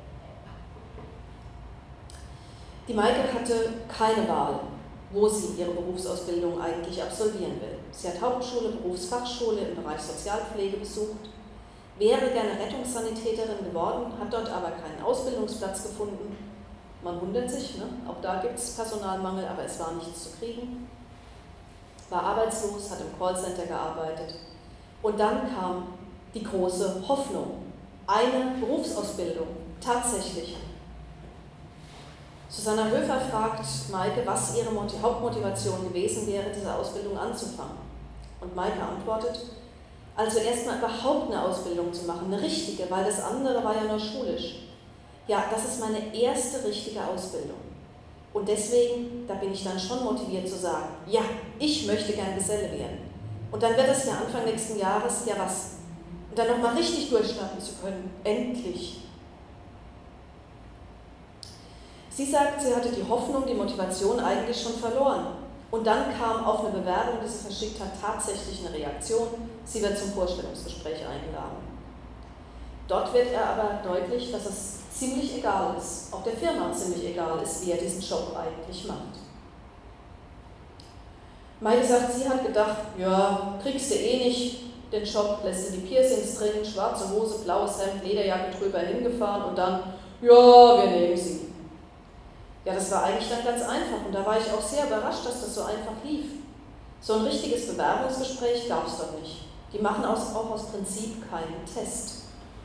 Die Maike hatte keine Wahl, wo sie ihre Berufsausbildung eigentlich absolvieren will. Sie hat Hauptschule, Berufsfachschule im Bereich Sozialpflege besucht, wäre gerne Rettungssanitäterin geworden, hat dort aber keinen Ausbildungsplatz gefunden. Man wundert sich, ne? Auch da gibt es Personalmangel, aber es war nichts zu kriegen. War arbeitslos, hat im Callcenter gearbeitet. Und dann kam die große Hoffnung, eine Berufsausbildung, tatsächlich. Susanna Höfer fragt Maike, was ihre Hauptmotivation gewesen wäre, diese Ausbildung anzufangen. Und Maike antwortet, also erstmal überhaupt eine Ausbildung zu machen, eine richtige, weil das andere war ja nur schulisch. Ja, das ist meine erste richtige Ausbildung. Und deswegen, da bin ich dann schon motiviert zu sagen, ja, ich möchte gern Geselle werden. Und dann wird das ja Anfang nächsten Jahres, ja was? Und dann nochmal richtig durchstarten zu können, endlich. Sie sagt, sie hatte die Hoffnung, die Motivation eigentlich schon verloren. Und dann kam auf eine Bewerbung, die sie verschickt hat, tatsächlich eine Reaktion. Sie wird zum Vorstellungsgespräch eingeladen. Dort wird ihr aber deutlich, dass es ziemlich egal ist, auch der Firma ziemlich egal ist, wie er diesen Job eigentlich macht. Maike sagt, sie hat gedacht, ja, kriegst du eh nicht den Job, lässt du die Piercings drin, schwarze Hose, blaues Hemd, Lederjacke drüber hingefahren und dann, ja, wir nehmen sie. Ja, das war eigentlich dann ganz einfach und da war ich auch sehr überrascht, dass das so einfach lief. So ein richtiges Bewerbungsgespräch gab es dort nicht. Die machen aus, auch aus Prinzip keinen Test.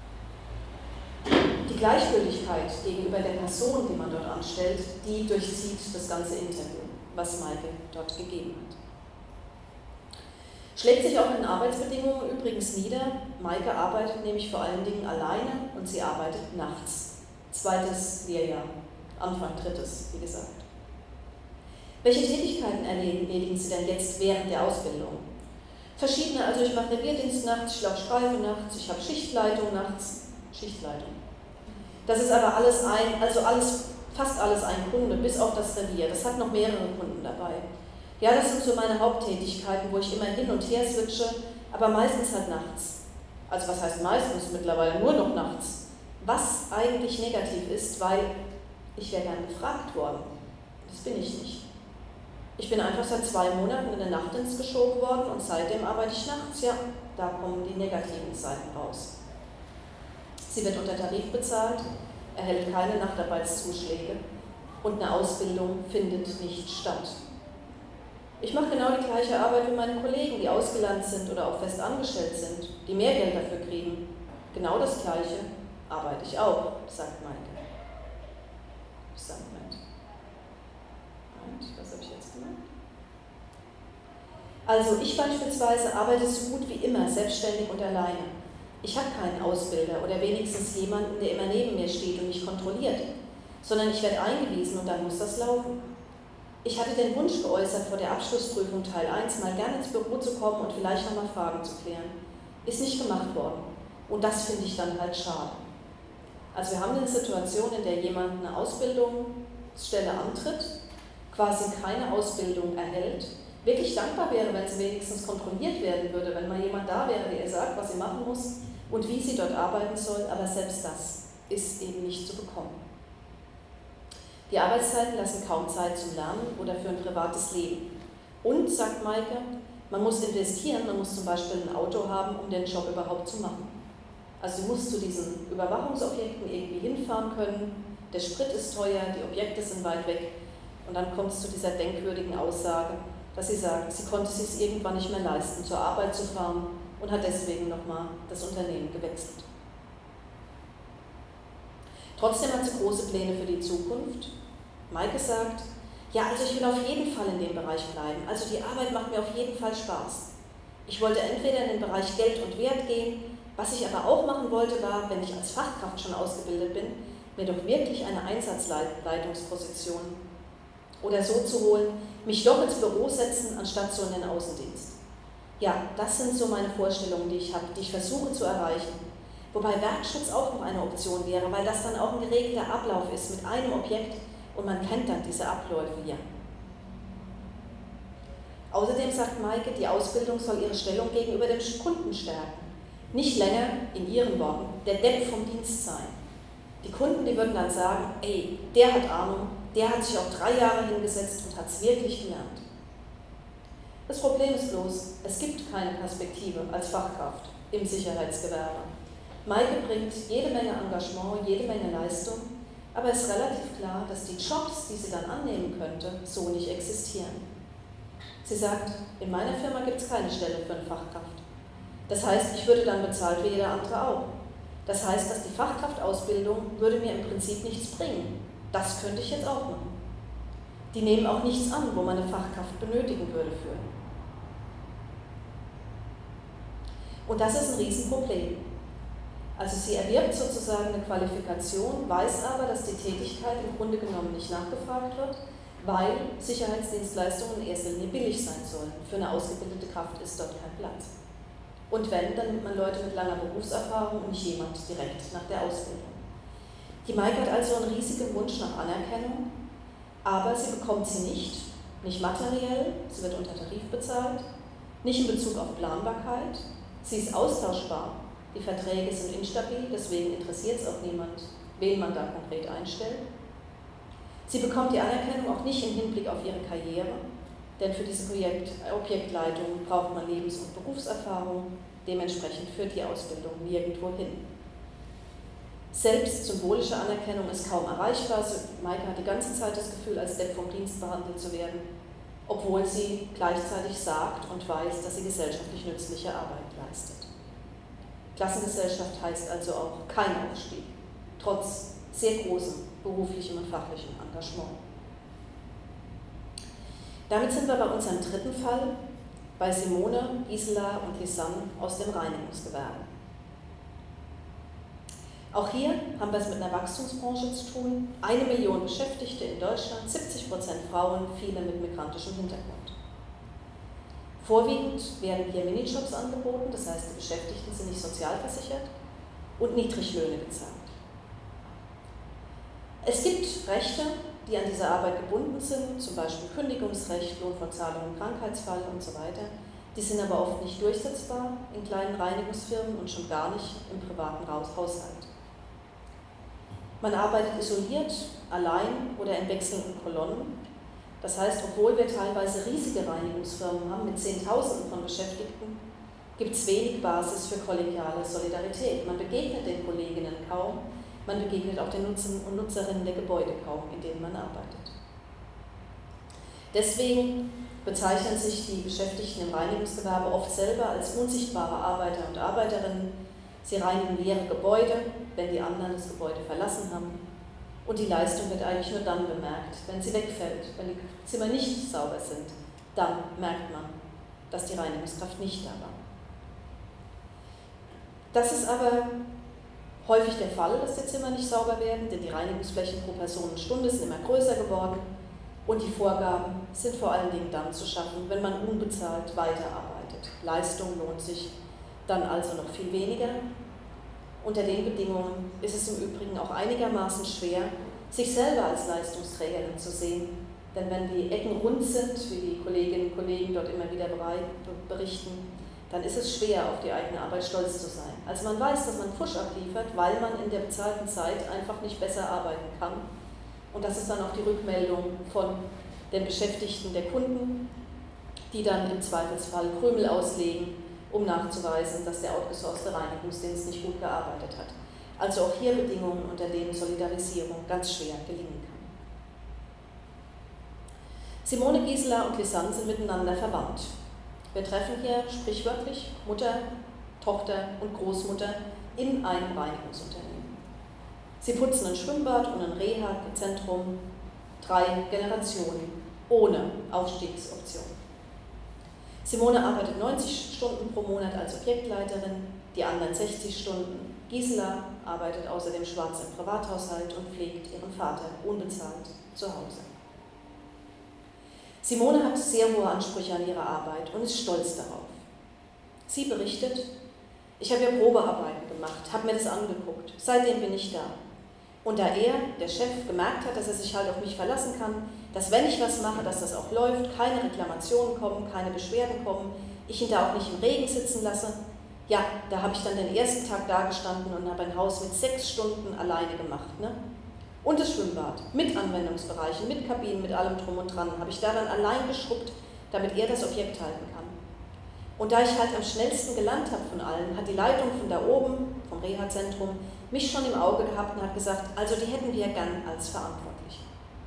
Die Gleichgültigkeit gegenüber der Person, die man dort anstellt, die durchzieht das ganze Interview, was Maike dort gegeben hat. Schlägt sich auch in den Arbeitsbedingungen übrigens nieder. Maike arbeitet nämlich vor allen Dingen alleine und sie arbeitet nachts. Zweites Lehrjahr, Anfang drittes, wie gesagt. Welche Tätigkeiten erledigen Sie denn jetzt während der Ausbildung? Verschiedene, also ich mache Revierdienst nachts, ich laufe Streife nachts, ich habe Schichtleitung nachts, Schichtleitung. Das ist aber alles ein, also alles, fast alles ein Kunde, bis auf das Revier. Das hat noch mehrere Kunden dabei. Ja, das sind so meine Haupttätigkeiten, wo ich immer hin und her switche, aber meistens halt nachts. Also was heißt meistens? Mittlerweile nur noch nachts. Was eigentlich negativ ist, weil ich wäre gern gefragt worden. Das bin ich nicht. Ich bin einfach seit zwei Monaten in den Nachtdienst geschoben worden und seitdem arbeite ich nachts. Ja, da kommen die negativen Seiten raus. Sie wird unter Tarif bezahlt, erhält keine Nachtarbeitszuschläge und eine Ausbildung findet nicht statt. Ich mache genau die gleiche Arbeit wie meine Kollegen, die ausgelernt sind oder auch fest angestellt sind, die mehr Geld dafür kriegen. Genau das Gleiche arbeite ich auch, sagt Maike. Moment. Was habe ich jetzt gemacht? Also ich beispielsweise arbeite so gut wie immer selbstständig und alleine. Ich habe keinen Ausbilder oder wenigstens jemanden, der immer neben mir steht und mich kontrolliert, sondern ich werde eingewiesen und dann muss das laufen. Ich hatte den Wunsch geäußert, vor der Abschlussprüfung Teil eins mal gerne ins Büro zu kommen und vielleicht nochmal Fragen zu klären. Ist nicht gemacht worden. Und das finde ich dann halt schade. Also wir haben eine Situation, in der jemand eine Ausbildungsstelle antritt, quasi keine Ausbildung erhält, wirklich dankbar wäre, wenn sie wenigstens kontrolliert werden würde, wenn mal jemand da wäre, der ihr sagt, was sie machen muss und wie sie dort arbeiten soll, aber selbst das ist eben nicht zu bekommen. Die Arbeitszeiten lassen kaum Zeit zum Lernen oder für ein privates Leben. Und, sagt Maike, man muss investieren, man muss zum Beispiel ein Auto haben, um den Job überhaupt zu machen. Also du musst zu diesen Überwachungsobjekten irgendwie hinfahren können, der Sprit ist teuer, die Objekte sind weit weg und dann kommt es zu dieser denkwürdigen Aussage, dass sie sagt, sie konnte es sich irgendwann nicht mehr leisten, zur Arbeit zu fahren und hat deswegen nochmal das Unternehmen gewechselt. Trotzdem hat sie große Pläne für die Zukunft. Maike sagt, ja, also ich will auf jeden Fall in dem Bereich bleiben, also die Arbeit macht mir auf jeden Fall Spaß. Ich wollte entweder in den Bereich Geld und Wert gehen, was ich aber auch machen wollte, war, wenn ich als Fachkraft schon ausgebildet bin, mir doch wirklich eine Einsatzleitungsposition Oder so zu holen, mich doch ins Büro setzen, anstatt so in den Außendienst. Ja, das sind so meine Vorstellungen, die ich habe, die ich versuche zu erreichen. Wobei Werkschutz auch noch eine Option wäre, weil das dann auch ein geregelter Ablauf ist mit einem Objekt und man kennt dann diese Abläufe ja. Außerdem sagt Maike, die Ausbildung soll ihre Stellung gegenüber dem Kunden stärken. Nicht länger, in ihren Worten, der Depp vom Dienst sein. Die Kunden, die würden dann sagen, ey, der hat Ahnung, der hat sich auch drei Jahre hingesetzt und hat es wirklich gelernt. Das Problem ist bloß, es gibt keine Perspektive als Fachkraft im Sicherheitsgewerbe. Maike bringt jede Menge Engagement, jede Menge Leistung, aber es ist relativ klar, dass die Jobs, die sie dann annehmen könnte, so nicht existieren. Sie sagt, in meiner Firma gibt es keine Stelle für eine Fachkraft. Das heißt, ich würde dann bezahlt wie jeder andere auch. Das heißt, dass die Fachkraftausbildung würde mir im Prinzip nichts bringen. Das könnte ich jetzt auch machen. Die nehmen auch nichts an, wo man eine Fachkraft benötigen würde für. Und das ist ein Riesenproblem. Also sie erwirbt sozusagen eine Qualifikation, weiß aber, dass die Tätigkeit im Grunde genommen nicht nachgefragt wird, weil Sicherheitsdienstleistungen in erster Linie billig sein sollen. Für eine ausgebildete Kraft ist dort kein Platz. Und wenn, dann nimmt man Leute mit langer Berufserfahrung und nicht jemand direkt nach der Ausbildung. Die Maike hat also einen riesigen Wunsch nach Anerkennung, aber sie bekommt sie nicht, nicht materiell, sie wird unter Tarif bezahlt, nicht in Bezug auf Planbarkeit, sie ist austauschbar, die Verträge sind instabil, deswegen interessiert es auch niemand, wen man da konkret einstellt. Sie bekommt die Anerkennung auch nicht im Hinblick auf ihre Karriere, denn für diese Projekt, Objektleitung braucht man Lebens- und Berufserfahrung, dementsprechend führt die Ausbildung nirgendwo hin. Selbst symbolische Anerkennung ist kaum erreichbar. Maike hat die ganze Zeit das Gefühl, als Depp vom Dienst behandelt zu werden, obwohl sie gleichzeitig sagt und weiß, dass sie gesellschaftlich nützliche Arbeit leistet. Klassengesellschaft heißt also auch kein Aufstieg, trotz sehr großem beruflichem und fachlichem Engagement. Damit sind wir bei unserem dritten Fall, bei Simone, Gisela und Lisanne aus dem Reinigungsgewerbe. Auch hier haben wir es mit einer Wachstumsbranche zu tun. Eine Million Beschäftigte in Deutschland, siebzig Prozent Frauen, viele mit migrantischem Hintergrund. Vorwiegend werden hier Minijobs angeboten, das heißt, die Beschäftigten sind nicht sozialversichert und Niedriglöhne gezahlt. Es gibt Rechte, die an diese Arbeit gebunden sind, zum Beispiel Kündigungsrecht, Lohnfortzahlung im Krankheitsfall und so weiter. Die sind aber oft nicht durchsetzbar in kleinen Reinigungsfirmen und schon gar nicht im privaten Haushalt. Man arbeitet isoliert, allein oder in wechselnden Kolonnen. Das heißt, obwohl wir teilweise riesige Reinigungsfirmen haben mit Zehntausenden von Beschäftigten, gibt es wenig Basis für kollegiale Solidarität. Man begegnet den Kolleginnen kaum. Man begegnet auch den Nutzern und Nutzerinnen der Gebäude kaum, in denen man arbeitet. Deswegen bezeichnen sich die Beschäftigten im Reinigungsgewerbe oft selber als unsichtbare Arbeiter und Arbeiterinnen. Sie reinigen leere Gebäude, wenn die anderen das Gebäude verlassen haben. Und die Leistung wird eigentlich nur dann bemerkt, wenn sie wegfällt, wenn die Zimmer nicht sauber sind. Dann merkt man, dass die Reinigungskraft nicht da war. Das ist aber häufig der Fall, dass die Zimmer nicht sauber werden, denn die Reinigungsflächen pro Personenstunde sind immer größer geworden und die Vorgaben sind vor allen Dingen dann zu schaffen, wenn man unbezahlt weiterarbeitet. Leistung lohnt sich dann also noch viel weniger. Unter den Bedingungen ist es im Übrigen auch einigermaßen schwer, sich selber als Leistungsträgerin zu sehen, denn wenn die Ecken rund sind, wie die Kolleginnen und Kollegen dort immer wieder berichten, dann ist es schwer, auf die eigene Arbeit stolz zu sein. Also man weiß, dass man Pfusch abliefert, weil man in der bezahlten Zeit einfach nicht besser arbeiten kann. Und das ist dann auch die Rückmeldung von den Beschäftigten der Kunden, die dann im Zweifelsfall Krümel auslegen, um nachzuweisen, dass der outgesourcete Reinigungsdienst nicht gut gearbeitet hat. Also auch hier Bedingungen, unter denen Solidarisierung ganz schwer gelingen kann. Simone, Gisela und Lisanne sind miteinander verwandt. Wir treffen hier sprichwörtlich Mutter, Tochter und Großmutter in einem Reinigungsunternehmen. Sie putzen ein Schwimmbad und ein Reha-Zentrum, drei Generationen, ohne Aufstiegsoption. Simone arbeitet neunzig Stunden pro Monat als Objektleiterin, die anderen sechzig Stunden. Gisela arbeitet außerdem schwarz im Privathaushalt und pflegt ihren Vater unbezahlt zu Hause. Simone hat sehr hohe Ansprüche an ihre Arbeit und ist stolz darauf. Sie berichtet: Ich habe ja Probearbeiten gemacht, habe mir das angeguckt, seitdem bin ich da. Und da er, der Chef, gemerkt hat, dass er sich halt auf mich verlassen kann, dass wenn ich was mache, dass das auch läuft, keine Reklamationen kommen, keine Beschwerden kommen, ich ihn da auch nicht im Regen sitzen lasse, ja, da habe ich dann den ersten Tag da gestanden und habe ein Haus mit sechs Stunden alleine gemacht. Ne? Und das Schwimmbad, mit Anwendungsbereichen, mit Kabinen, mit allem drum und dran, habe ich da dann allein geschrubbt, damit er das Objekt halten kann. Und da ich halt am schnellsten gelernt habe von allen, hat die Leitung von da oben, vom Reha-Zentrum, mich schon im Auge gehabt und hat gesagt, also die hätten wir gern als Verantwortliche.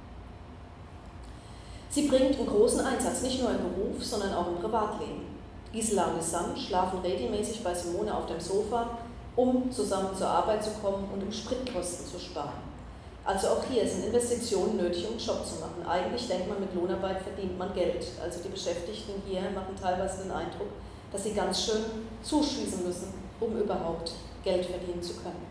Sie bringt einen großen Einsatz, nicht nur im Beruf, sondern auch im Privatleben. Gisela und Lisanne schlafen regelmäßig bei Simone auf dem Sofa, um zusammen zur Arbeit zu kommen und um Spritkosten zu sparen. Also auch hier sind Investitionen nötig, um einen Job zu machen. Eigentlich denkt man, mit Lohnarbeit verdient man Geld. Also die Beschäftigten hier machen teilweise den Eindruck, dass sie ganz schön zuschießen müssen, um überhaupt Geld verdienen zu können.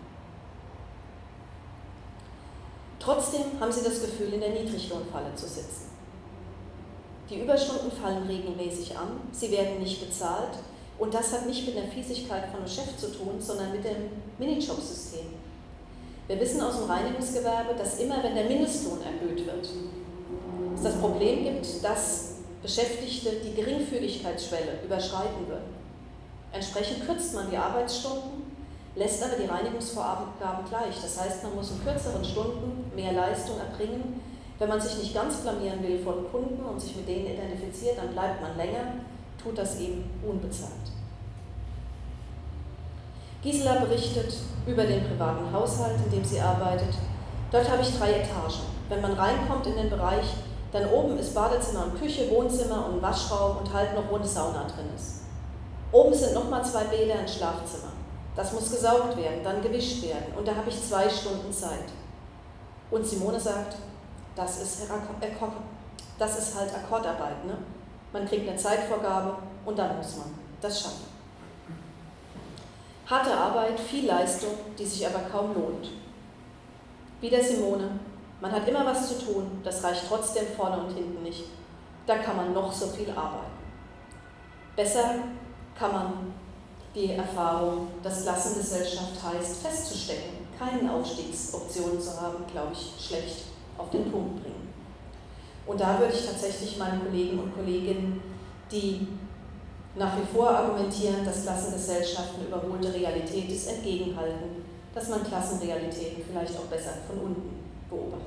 Trotzdem haben sie das Gefühl, in der Niedriglohnfalle zu sitzen. Die Überstunden fallen regelmäßig an, sie werden nicht bezahlt und das hat nicht mit der Fiesigkeit von einem Chef zu tun, sondern mit dem Minijobsystem. Wir wissen aus dem Reinigungsgewerbe, dass immer, wenn der Mindestlohn erhöht wird, es das Problem gibt, dass Beschäftigte die Geringfügigkeitsschwelle überschreiten würden. Entsprechend kürzt man die Arbeitsstunden, lässt aber die Reinigungsvorgaben gleich. Das heißt, man muss in kürzeren Stunden mehr Leistung erbringen. Wenn man sich nicht ganz blamieren will vor den Kunden und sich mit denen identifiziert, dann bleibt man länger, tut das eben unbezahlt. Gisela berichtet über den privaten Haushalt, in dem sie arbeitet. Dort habe ich drei Etagen. Wenn man reinkommt in den Bereich, dann oben ist Badezimmer und Küche, Wohnzimmer und ein Waschraum und halt noch wo eine Sauna drin ist. Oben sind nochmal zwei Bäder, ein Schlafzimmer. Das muss gesaugt werden, dann gewischt werden und da habe ich zwei Stunden Zeit. Und Simone sagt, das ist, das ist halt Akkordarbeit. Ne? Man kriegt eine Zeitvorgabe und dann muss man das schaffen. Harte Arbeit, viel Leistung, die sich aber kaum lohnt. Wieder Simone, man hat immer was zu tun, das reicht trotzdem vorne und hinten nicht. Da kann man noch so viel arbeiten. Besser kann man die Erfahrung, dass Klassengesellschaft heißt, festzustecken, keine Aufstiegsoptionen zu haben, glaube ich, schlecht auf den Punkt bringen. Und da würde ich tatsächlich meinen Kollegen und Kolleginnen, die nach wie vor argumentieren, dass Klassengesellschaft eine überholte Realität ist, entgegenhalten, dass man Klassenrealitäten vielleicht auch besser von unten beobachten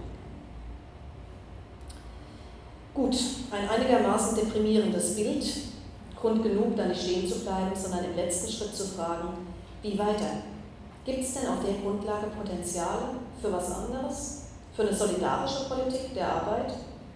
kann. Gut, ein einigermaßen deprimierendes Bild, Grund genug, da nicht stehen zu bleiben, sondern im letzten Schritt zu fragen, wie weiter? Gibt es denn auf der Grundlage Potenziale für was anderes? Für eine solidarische Politik der Arbeit?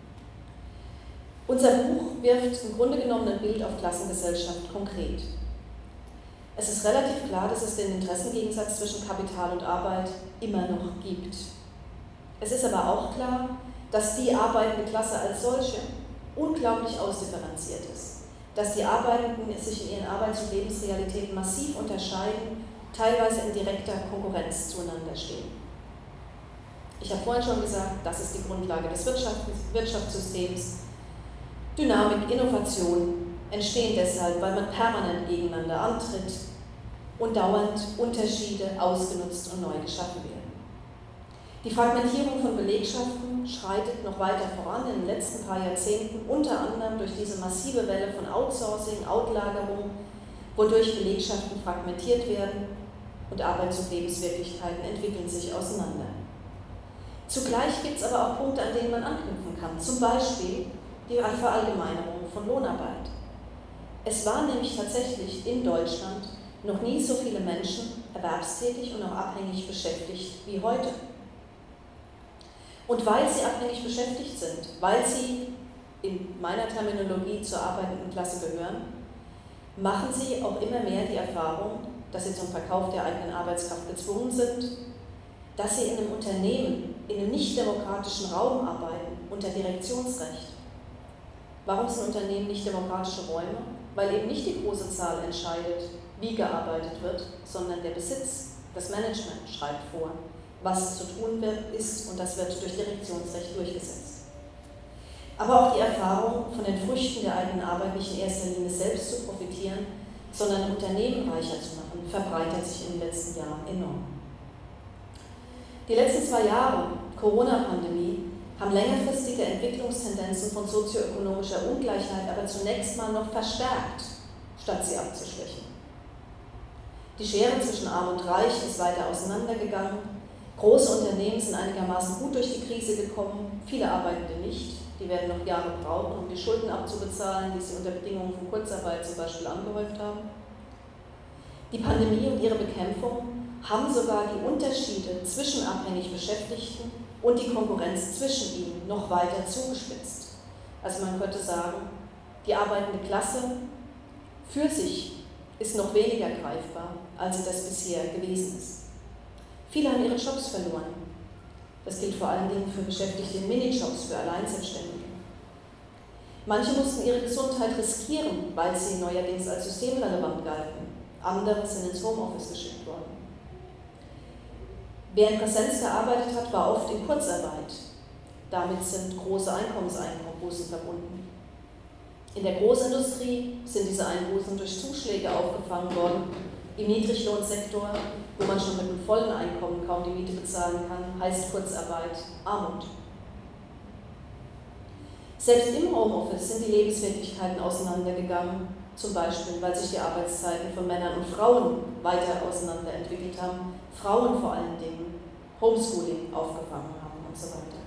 Unser Buch wirft im Grunde genommen ein Bild auf Klassengesellschaft konkret. Es ist relativ klar, dass es den Interessengegensatz zwischen Kapital und Arbeit immer noch gibt. Es ist aber auch klar, dass die arbeitende Klasse als solche unglaublich ausdifferenziert ist. Dass die Arbeitenden sich in ihren Arbeits- und Lebensrealitäten massiv unterscheiden, teilweise in direkter Konkurrenz zueinander stehen. Ich habe vorhin schon gesagt, das ist die Grundlage des Wirtschaftssystems. Dynamik, Innovation entstehen deshalb, weil man permanent gegeneinander antritt und dauernd Unterschiede ausgenutzt und neu geschaffen werden. Die Fragmentierung von Belegschaften schreitet noch weiter voran in den letzten paar Jahrzehnten, unter anderem durch diese massive Welle von Outsourcing, Outlagerung, wodurch Belegschaften fragmentiert werden und Arbeits- und Lebenswirklichkeiten entwickeln sich auseinander. Zugleich gibt es aber auch Punkte, an denen man anknüpfen kann, zum Beispiel die Verallgemeinerung von Lohnarbeit. Es waren nämlich tatsächlich in Deutschland noch nie so viele Menschen erwerbstätig und auch abhängig beschäftigt wie heute. Und weil sie abhängig beschäftigt sind, weil sie in meiner Terminologie zur arbeitenden Klasse gehören, machen sie auch immer mehr die Erfahrung, dass sie zum Verkauf der eigenen Arbeitskraft gezwungen sind, dass sie in einem Unternehmen, in einem nicht-demokratischen Raum arbeiten, unter Direktionsrecht. Warum sind Unternehmen nicht demokratische Räume? Weil eben nicht die große Zahl entscheidet, wie gearbeitet wird, sondern der Besitz, das Management schreibt vor, was zu tun wird, ist, und das wird durch Direktionsrecht durchgesetzt. aber auch die Erfahrung, von den Früchten der eigenen Arbeit nicht in erster Linie selbst zu profitieren, sondern Unternehmen reicher zu machen, verbreitet sich in den letzten Jahren enorm. Die letzten zwei Jahre Corona-Pandemie haben längerfristige Entwicklungstendenzen von sozioökonomischer Ungleichheit aber zunächst mal noch verstärkt, statt sie abzuschwächen. Die Schere zwischen Arm und Reich ist weiter auseinandergegangen. Große Unternehmen sind einigermaßen gut durch die Krise gekommen, viele Arbeitende nicht. Die werden noch Jahre brauchen, um die Schulden abzubezahlen, die sie unter Bedingungen von Kurzarbeit zum Beispiel angehäuft haben. Die Pandemie und ihre Bekämpfung haben sogar die Unterschiede zwischen abhängig Beschäftigten und die Konkurrenz zwischen ihnen noch weiter zugespitzt. Also man könnte sagen, die arbeitende Klasse für sich ist noch weniger greifbar, als sie das bisher gewesen ist. Viele haben ihre Jobs verloren. Das gilt vor allen Dingen für Beschäftigte in Minijobs, für Alleinselbstständige. Manche mussten ihre Gesundheit riskieren, weil sie neuerdings als systemrelevant galten. Andere sind ins Homeoffice geschickt worden. Wer in Präsenz gearbeitet hat, war oft in Kurzarbeit. Damit sind große Einkommenseinbußen verbunden. In der Großindustrie sind diese Einbußen durch Zuschläge aufgefangen worden. Im Niedriglohnsektor, wo man schon mit einem vollen Einkommen kaum die Miete bezahlen kann, heißt Kurzarbeit Armut. Selbst im Homeoffice sind die Lebenswirklichkeiten auseinandergegangen, zum Beispiel, weil sich die Arbeitszeiten von Männern und Frauen weiter auseinander entwickelt haben, Frauen vor allen Dingen Homeschooling aufgefangen haben und so weiter.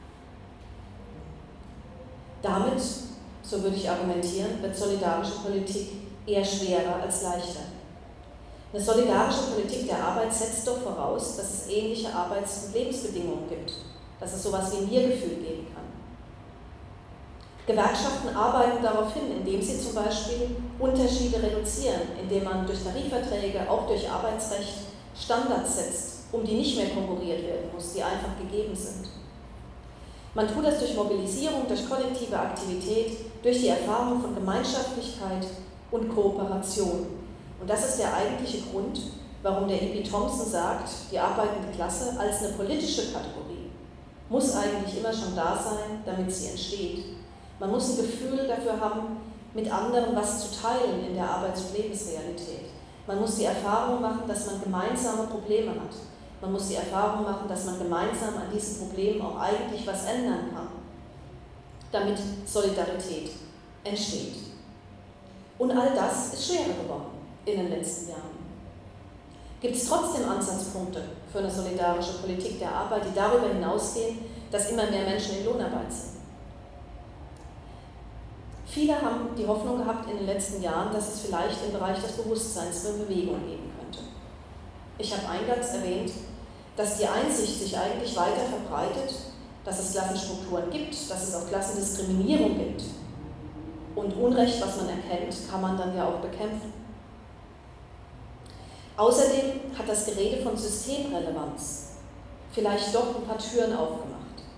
Damit, so würde ich argumentieren, wird solidarische Politik eher schwerer als leichter. Eine solidarische Politik der Arbeit setzt doch voraus, dass es ähnliche Arbeits- und Lebensbedingungen gibt, dass es sowas wie ein Wir-Gefühl geben kann. Gewerkschaften arbeiten darauf hin, indem sie zum Beispiel Unterschiede reduzieren, indem man durch Tarifverträge, auch durch Arbeitsrecht Standards setzt, um die nicht mehr konkurriert werden muss, die einfach gegeben sind. Man tut das durch Mobilisierung, durch kollektive Aktivität, durch die Erfahrung von Gemeinschaftlichkeit und Kooperation. Und das ist der eigentliche Grund, warum der E P Thompson sagt, die arbeitende Klasse als eine politische Kategorie muss eigentlich immer schon da sein, damit sie entsteht. Man muss ein Gefühl dafür haben, mit anderen was zu teilen in der Arbeits- und Lebensrealität. Man muss die Erfahrung machen, dass man gemeinsame Probleme hat. Man muss die Erfahrung machen, dass man gemeinsam an diesen Problemen auch eigentlich was ändern kann, damit Solidarität entsteht. Und all das ist schwerer geworden in den letzten Jahren. Gibt es trotzdem Ansatzpunkte für eine solidarische Politik der Arbeit, die darüber hinausgehen, dass immer mehr Menschen in Lohnarbeit sind? Viele haben die Hoffnung gehabt in den letzten Jahren, dass es vielleicht im Bereich des Bewusstseins eine Bewegung geben könnte. Ich habe eingangs erwähnt, dass die Einsicht sich eigentlich weiter verbreitet, dass es Klassenstrukturen gibt, dass es auch Klassendiskriminierung gibt. Und Unrecht, was man erkennt, kann man dann ja auch bekämpfen. Außerdem hat das Gerede von Systemrelevanz vielleicht doch ein paar Türen aufgemacht.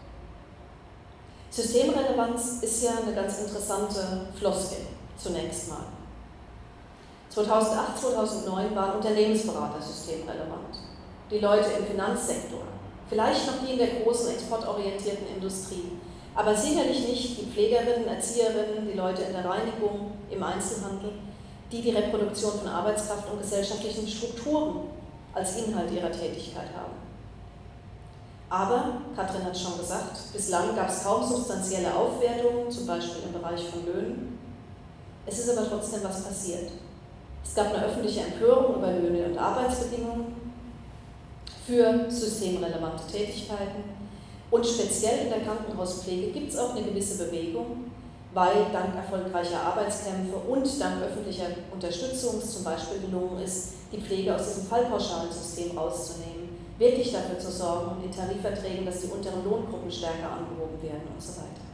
Systemrelevanz ist ja eine ganz interessante Floskel, zunächst mal. zweitausendacht, zweitausendneun waren Unternehmensberater systemrelevant. Die Leute im Finanzsektor, vielleicht noch die in der großen exportorientierten Industrie, aber sicherlich nicht die Pflegerinnen, Erzieherinnen, die Leute in der Reinigung, im Einzelhandel, die die Reproduktion von Arbeitskraft und gesellschaftlichen Strukturen als Inhalt ihrer Tätigkeit haben. Aber, Katrin hat es schon gesagt, bislang gab es kaum substanzielle Aufwertungen, zum Beispiel im Bereich von Löhnen. Es ist aber trotzdem was passiert. Es gab eine öffentliche Empörung über Löhne und Arbeitsbedingungen für systemrelevante Tätigkeiten. Und speziell in der Krankenhauspflege gibt es auch eine gewisse Bewegung, weil dank erfolgreicher Arbeitskämpfe und dank öffentlicher Unterstützung es zum Beispiel gelungen ist, die Pflege aus diesem Fallpauschalensystem rauszunehmen, wirklich dafür zu sorgen, in Tarifverträgen, dass die unteren Lohngruppen stärker angehoben werden und so weiter.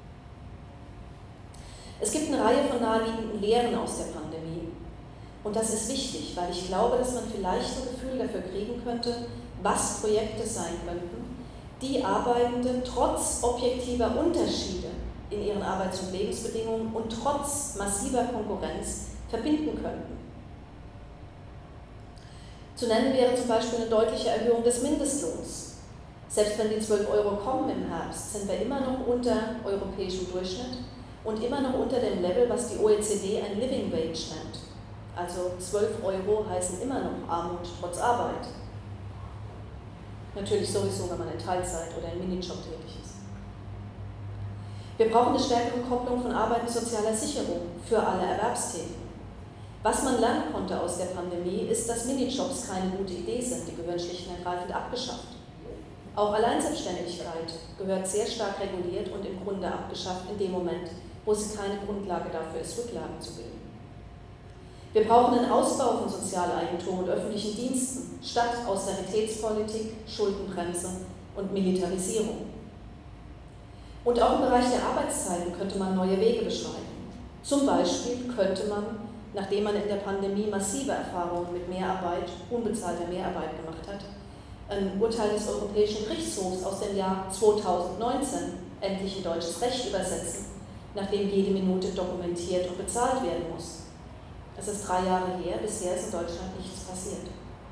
Es gibt eine Reihe von naheliegenden Lehren aus der Pandemie. Und das ist wichtig, weil ich glaube, dass man vielleicht ein Gefühl dafür kriegen könnte, was Projekte sein könnten, die Arbeitende trotz objektiver Unterschiede in ihren Arbeits- und Lebensbedingungen und trotz massiver Konkurrenz verbinden könnten. Zu nennen wäre zum Beispiel eine deutliche Erhöhung des Mindestlohns. Selbst wenn die zwölf Euro kommen im Herbst, sind wir immer noch unter europäischem Durchschnitt und immer noch unter dem Level, was die O E C D ein Living Wage nennt. Also zwölf Euro heißen immer noch Armut trotz Arbeit. Natürlich sowieso, wenn man in Teilzeit oder in Minijob tätig ist. Wir brauchen eine stärkere Kopplung von Arbeit und sozialer Sicherung für alle Erwerbstätigen. Was man lernen konnte aus der Pandemie, ist, dass Minijobs keine gute Idee sind, die gehören schlicht und ergreifend abgeschafft. Auch Alleinselbstständigkeit gehört sehr stark reguliert und im Grunde abgeschafft in dem Moment, wo sie keine Grundlage dafür ist, Rücklagen zu bilden. Wir brauchen einen Ausbau von Sozialeigentum und öffentlichen Diensten statt Austeritätspolitik, Schuldenbremse und Militarisierung. Und auch im Bereich der Arbeitszeiten könnte man neue Wege beschreiten. Zum Beispiel könnte man, nachdem man in der Pandemie massive Erfahrungen mit Mehrarbeit, unbezahlter Mehrarbeit gemacht hat, ein Urteil des Europäischen Gerichtshofs aus dem Jahr zweitausendneunzehn endlich in deutsches Recht übersetzen, nachdem jede Minute dokumentiert und bezahlt werden muss. Das ist drei Jahre her, bisher ist in Deutschland nichts passiert.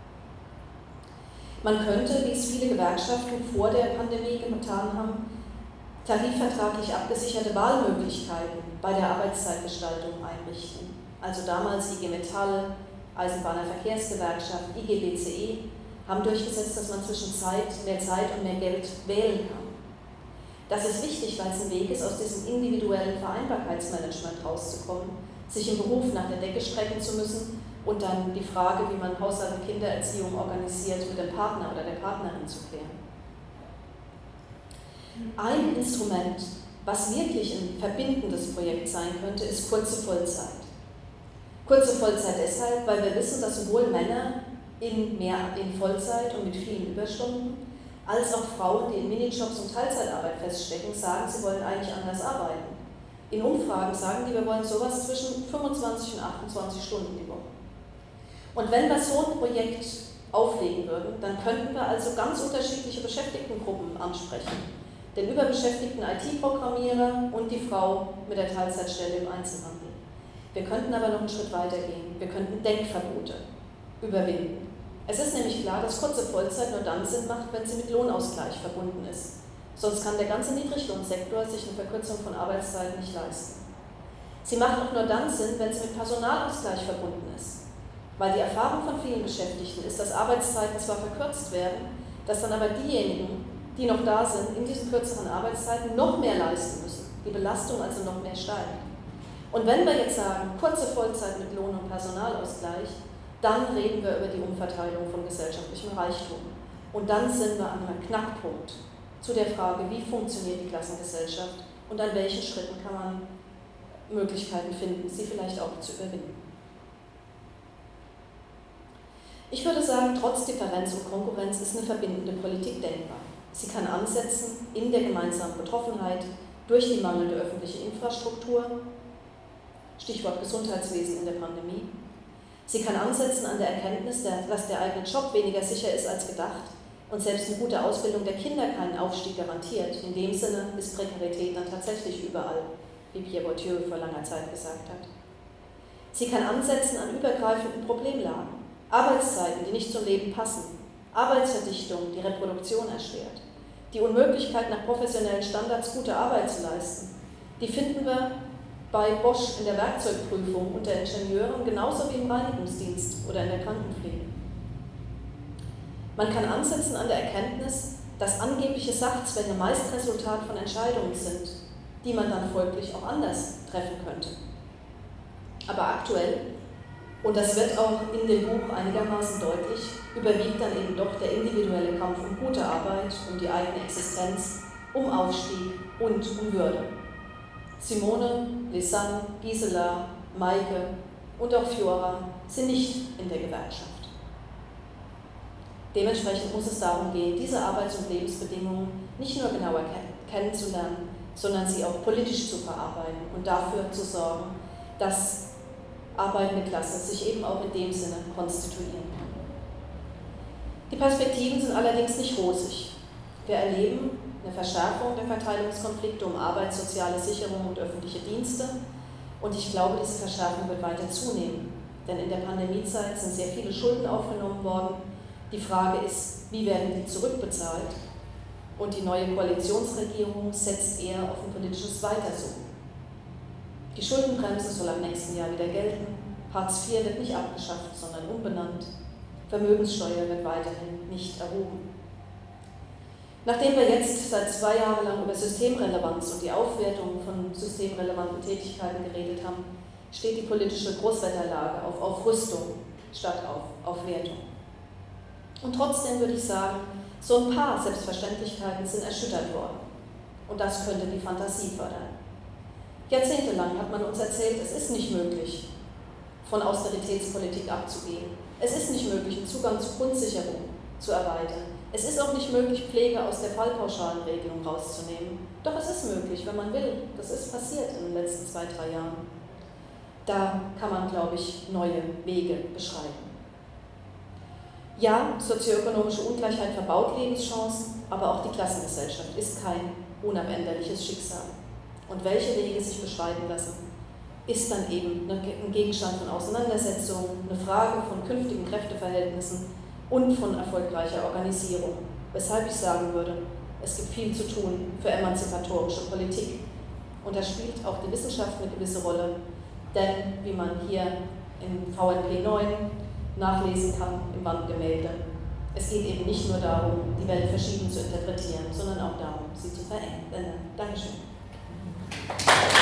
Man könnte, wie es viele Gewerkschaften vor der Pandemie getan haben, tarifvertraglich abgesicherte Wahlmöglichkeiten bei der Arbeitszeitgestaltung einrichten. Also damals I G Metall, Eisenbahnerverkehrsgewerkschaft, I G B C E haben durchgesetzt, dass man zwischen Zeit, mehr Zeit und mehr Geld wählen kann. Das ist wichtig, weil es ein Weg ist, aus diesem individuellen Vereinbarkeitsmanagement rauszukommen, sich im Beruf nach der Decke strecken zu müssen und dann die Frage, wie man Haushalt und Kindererziehung organisiert, mit dem Partner oder der Partnerin zu klären. Ein Instrument, was wirklich ein verbindendes Projekt sein könnte, ist kurze Vollzeit. Kurze Vollzeit deshalb, weil wir wissen, dass sowohl Männer in, mehr, in Vollzeit und mit vielen Überstunden, als auch Frauen, die in Minijobs und Teilzeitarbeit feststecken, sagen, sie wollen eigentlich anders arbeiten. In Umfragen sagen die, wir wollen sowas zwischen fünfundzwanzig und achtundzwanzig Stunden die Woche. Und wenn wir so ein Projekt auflegen würden, dann könnten wir also ganz unterschiedliche Beschäftigtengruppen ansprechen. Den überbeschäftigten I T-Programmierer und die Frau mit der Teilzeitstelle im Einzelhandel. Wir könnten aber noch einen Schritt weiter gehen. Wir könnten Denkverbote überwinden. Es ist nämlich klar, dass kurze Vollzeit nur dann Sinn macht, wenn sie mit Lohnausgleich verbunden ist. Sonst kann der ganze Niedriglohnsektor sich eine Verkürzung von Arbeitszeit nicht leisten. Sie macht auch nur dann Sinn, wenn sie mit Personalausgleich verbunden ist. Weil die Erfahrung von vielen Beschäftigten ist, dass Arbeitszeiten zwar verkürzt werden, dass dann aber diejenigen, die noch da sind, in diesen kürzeren Arbeitszeiten noch mehr leisten müssen. Die Belastung also noch mehr steigt. Und wenn wir jetzt sagen, kurze Vollzeit mit Lohn- und Personalausgleich, dann reden wir über die Umverteilung von gesellschaftlichem Reichtum. Und dann sind wir an einem Knackpunkt zu der Frage, wie funktioniert die Klassengesellschaft und an welchen Schritten kann man Möglichkeiten finden, sie vielleicht auch zu überwinden. Ich würde sagen, trotz Differenz und Konkurrenz ist eine verbindende Politik denkbar. Sie kann ansetzen in der gemeinsamen Betroffenheit durch die mangelnde öffentliche Infrastruktur, Stichwort Gesundheitswesen in der Pandemie. Sie kann ansetzen an der Erkenntnis, dass der eigene Job weniger sicher ist als gedacht und selbst eine gute Ausbildung der Kinder keinen Aufstieg garantiert. In dem Sinne ist Prekarität dann tatsächlich überall, wie Pierre Bourdieu vor langer Zeit gesagt hat. Sie kann ansetzen an übergreifenden Problemlagen, Arbeitszeiten, die nicht zum Leben passen, Arbeitsverdichtung, die Reproduktion erschwert, die Unmöglichkeit, nach professionellen Standards gute Arbeit zu leisten, die finden wir bei Bosch in der Werkzeugprüfung unter Ingenieuren genauso wie im Reinigungsdienst oder in der Krankenpflege. Man kann ansetzen an der Erkenntnis, dass angebliche Sachzwänge meist Resultat von Entscheidungen sind, die man dann folglich auch anders treffen könnte. Aber aktuell, und das wird auch in dem Buch einigermaßen deutlich, überwiegt dann eben doch der individuelle Kampf um gute Arbeit, um die eigene Existenz, um Aufstieg und um Würde. Simone, Lisanne, Gisela, Maike und auch Fiora sind nicht in der Gewerkschaft. Dementsprechend muss es darum gehen, diese Arbeits- und Lebensbedingungen nicht nur genauer kennenzulernen, sondern sie auch politisch zu verarbeiten und dafür zu sorgen, dass arbeitende Klasse sich eben auch in dem Sinne konstituieren kann. Die Perspektiven sind allerdings nicht rosig. Wir erleben eine Verschärfung der Verteilungskonflikte um Arbeit, soziale Sicherung und öffentliche Dienste. Und ich glaube, diese Verschärfung wird weiter zunehmen. Denn in der Pandemiezeit sind sehr viele Schulden aufgenommen worden. Die Frage ist, wie werden die zurückbezahlt? Und die neue Koalitionsregierung setzt eher auf ein politisches Weitersuchen. Die Schuldenbremse soll ab nächsten Jahr wieder gelten. Hartz vier wird nicht abgeschafft, sondern umbenannt. Vermögenssteuer wird weiterhin nicht erhoben. Nachdem wir jetzt seit zwei Jahren lang über Systemrelevanz und die Aufwertung von systemrelevanten Tätigkeiten geredet haben, steht die politische Großwetterlage auf Aufrüstung statt auf Aufwertung. Und trotzdem würde ich sagen, so ein paar Selbstverständlichkeiten sind erschüttert worden. Und das könnte die Fantasie fördern. Jahrzehntelang hat man uns erzählt, es ist nicht möglich, von Austeritätspolitik abzugehen. Es ist nicht möglich, einen Zugang zur Grundsicherung zu erweitern. Es ist auch nicht möglich, Pflege aus der Fallpauschalenregelung rauszunehmen. Doch es ist möglich, wenn man will. Das ist passiert in den letzten zwei, drei Jahren. Da kann man, glaube ich, neue Wege beschreiten. Ja, sozioökonomische Ungleichheit verbaut Lebenschancen, aber auch die Klassengesellschaft ist kein unabänderliches Schicksal. Und welche Wege sich beschreiten lassen, ist dann eben ein Gegenstand von Auseinandersetzungen, eine Frage von künftigen Kräfteverhältnissen und von erfolgreicher Organisierung. Weshalb ich sagen würde, es gibt viel zu tun für emanzipatorische Politik. Und da spielt auch die Wissenschaft eine gewisse Rolle, denn wie man hier in V N P neun nachlesen kann im Wandgemälde, es geht eben nicht nur darum, die Welt verschieden zu interpretieren, sondern auch darum, sie zu verändern. Dankeschön.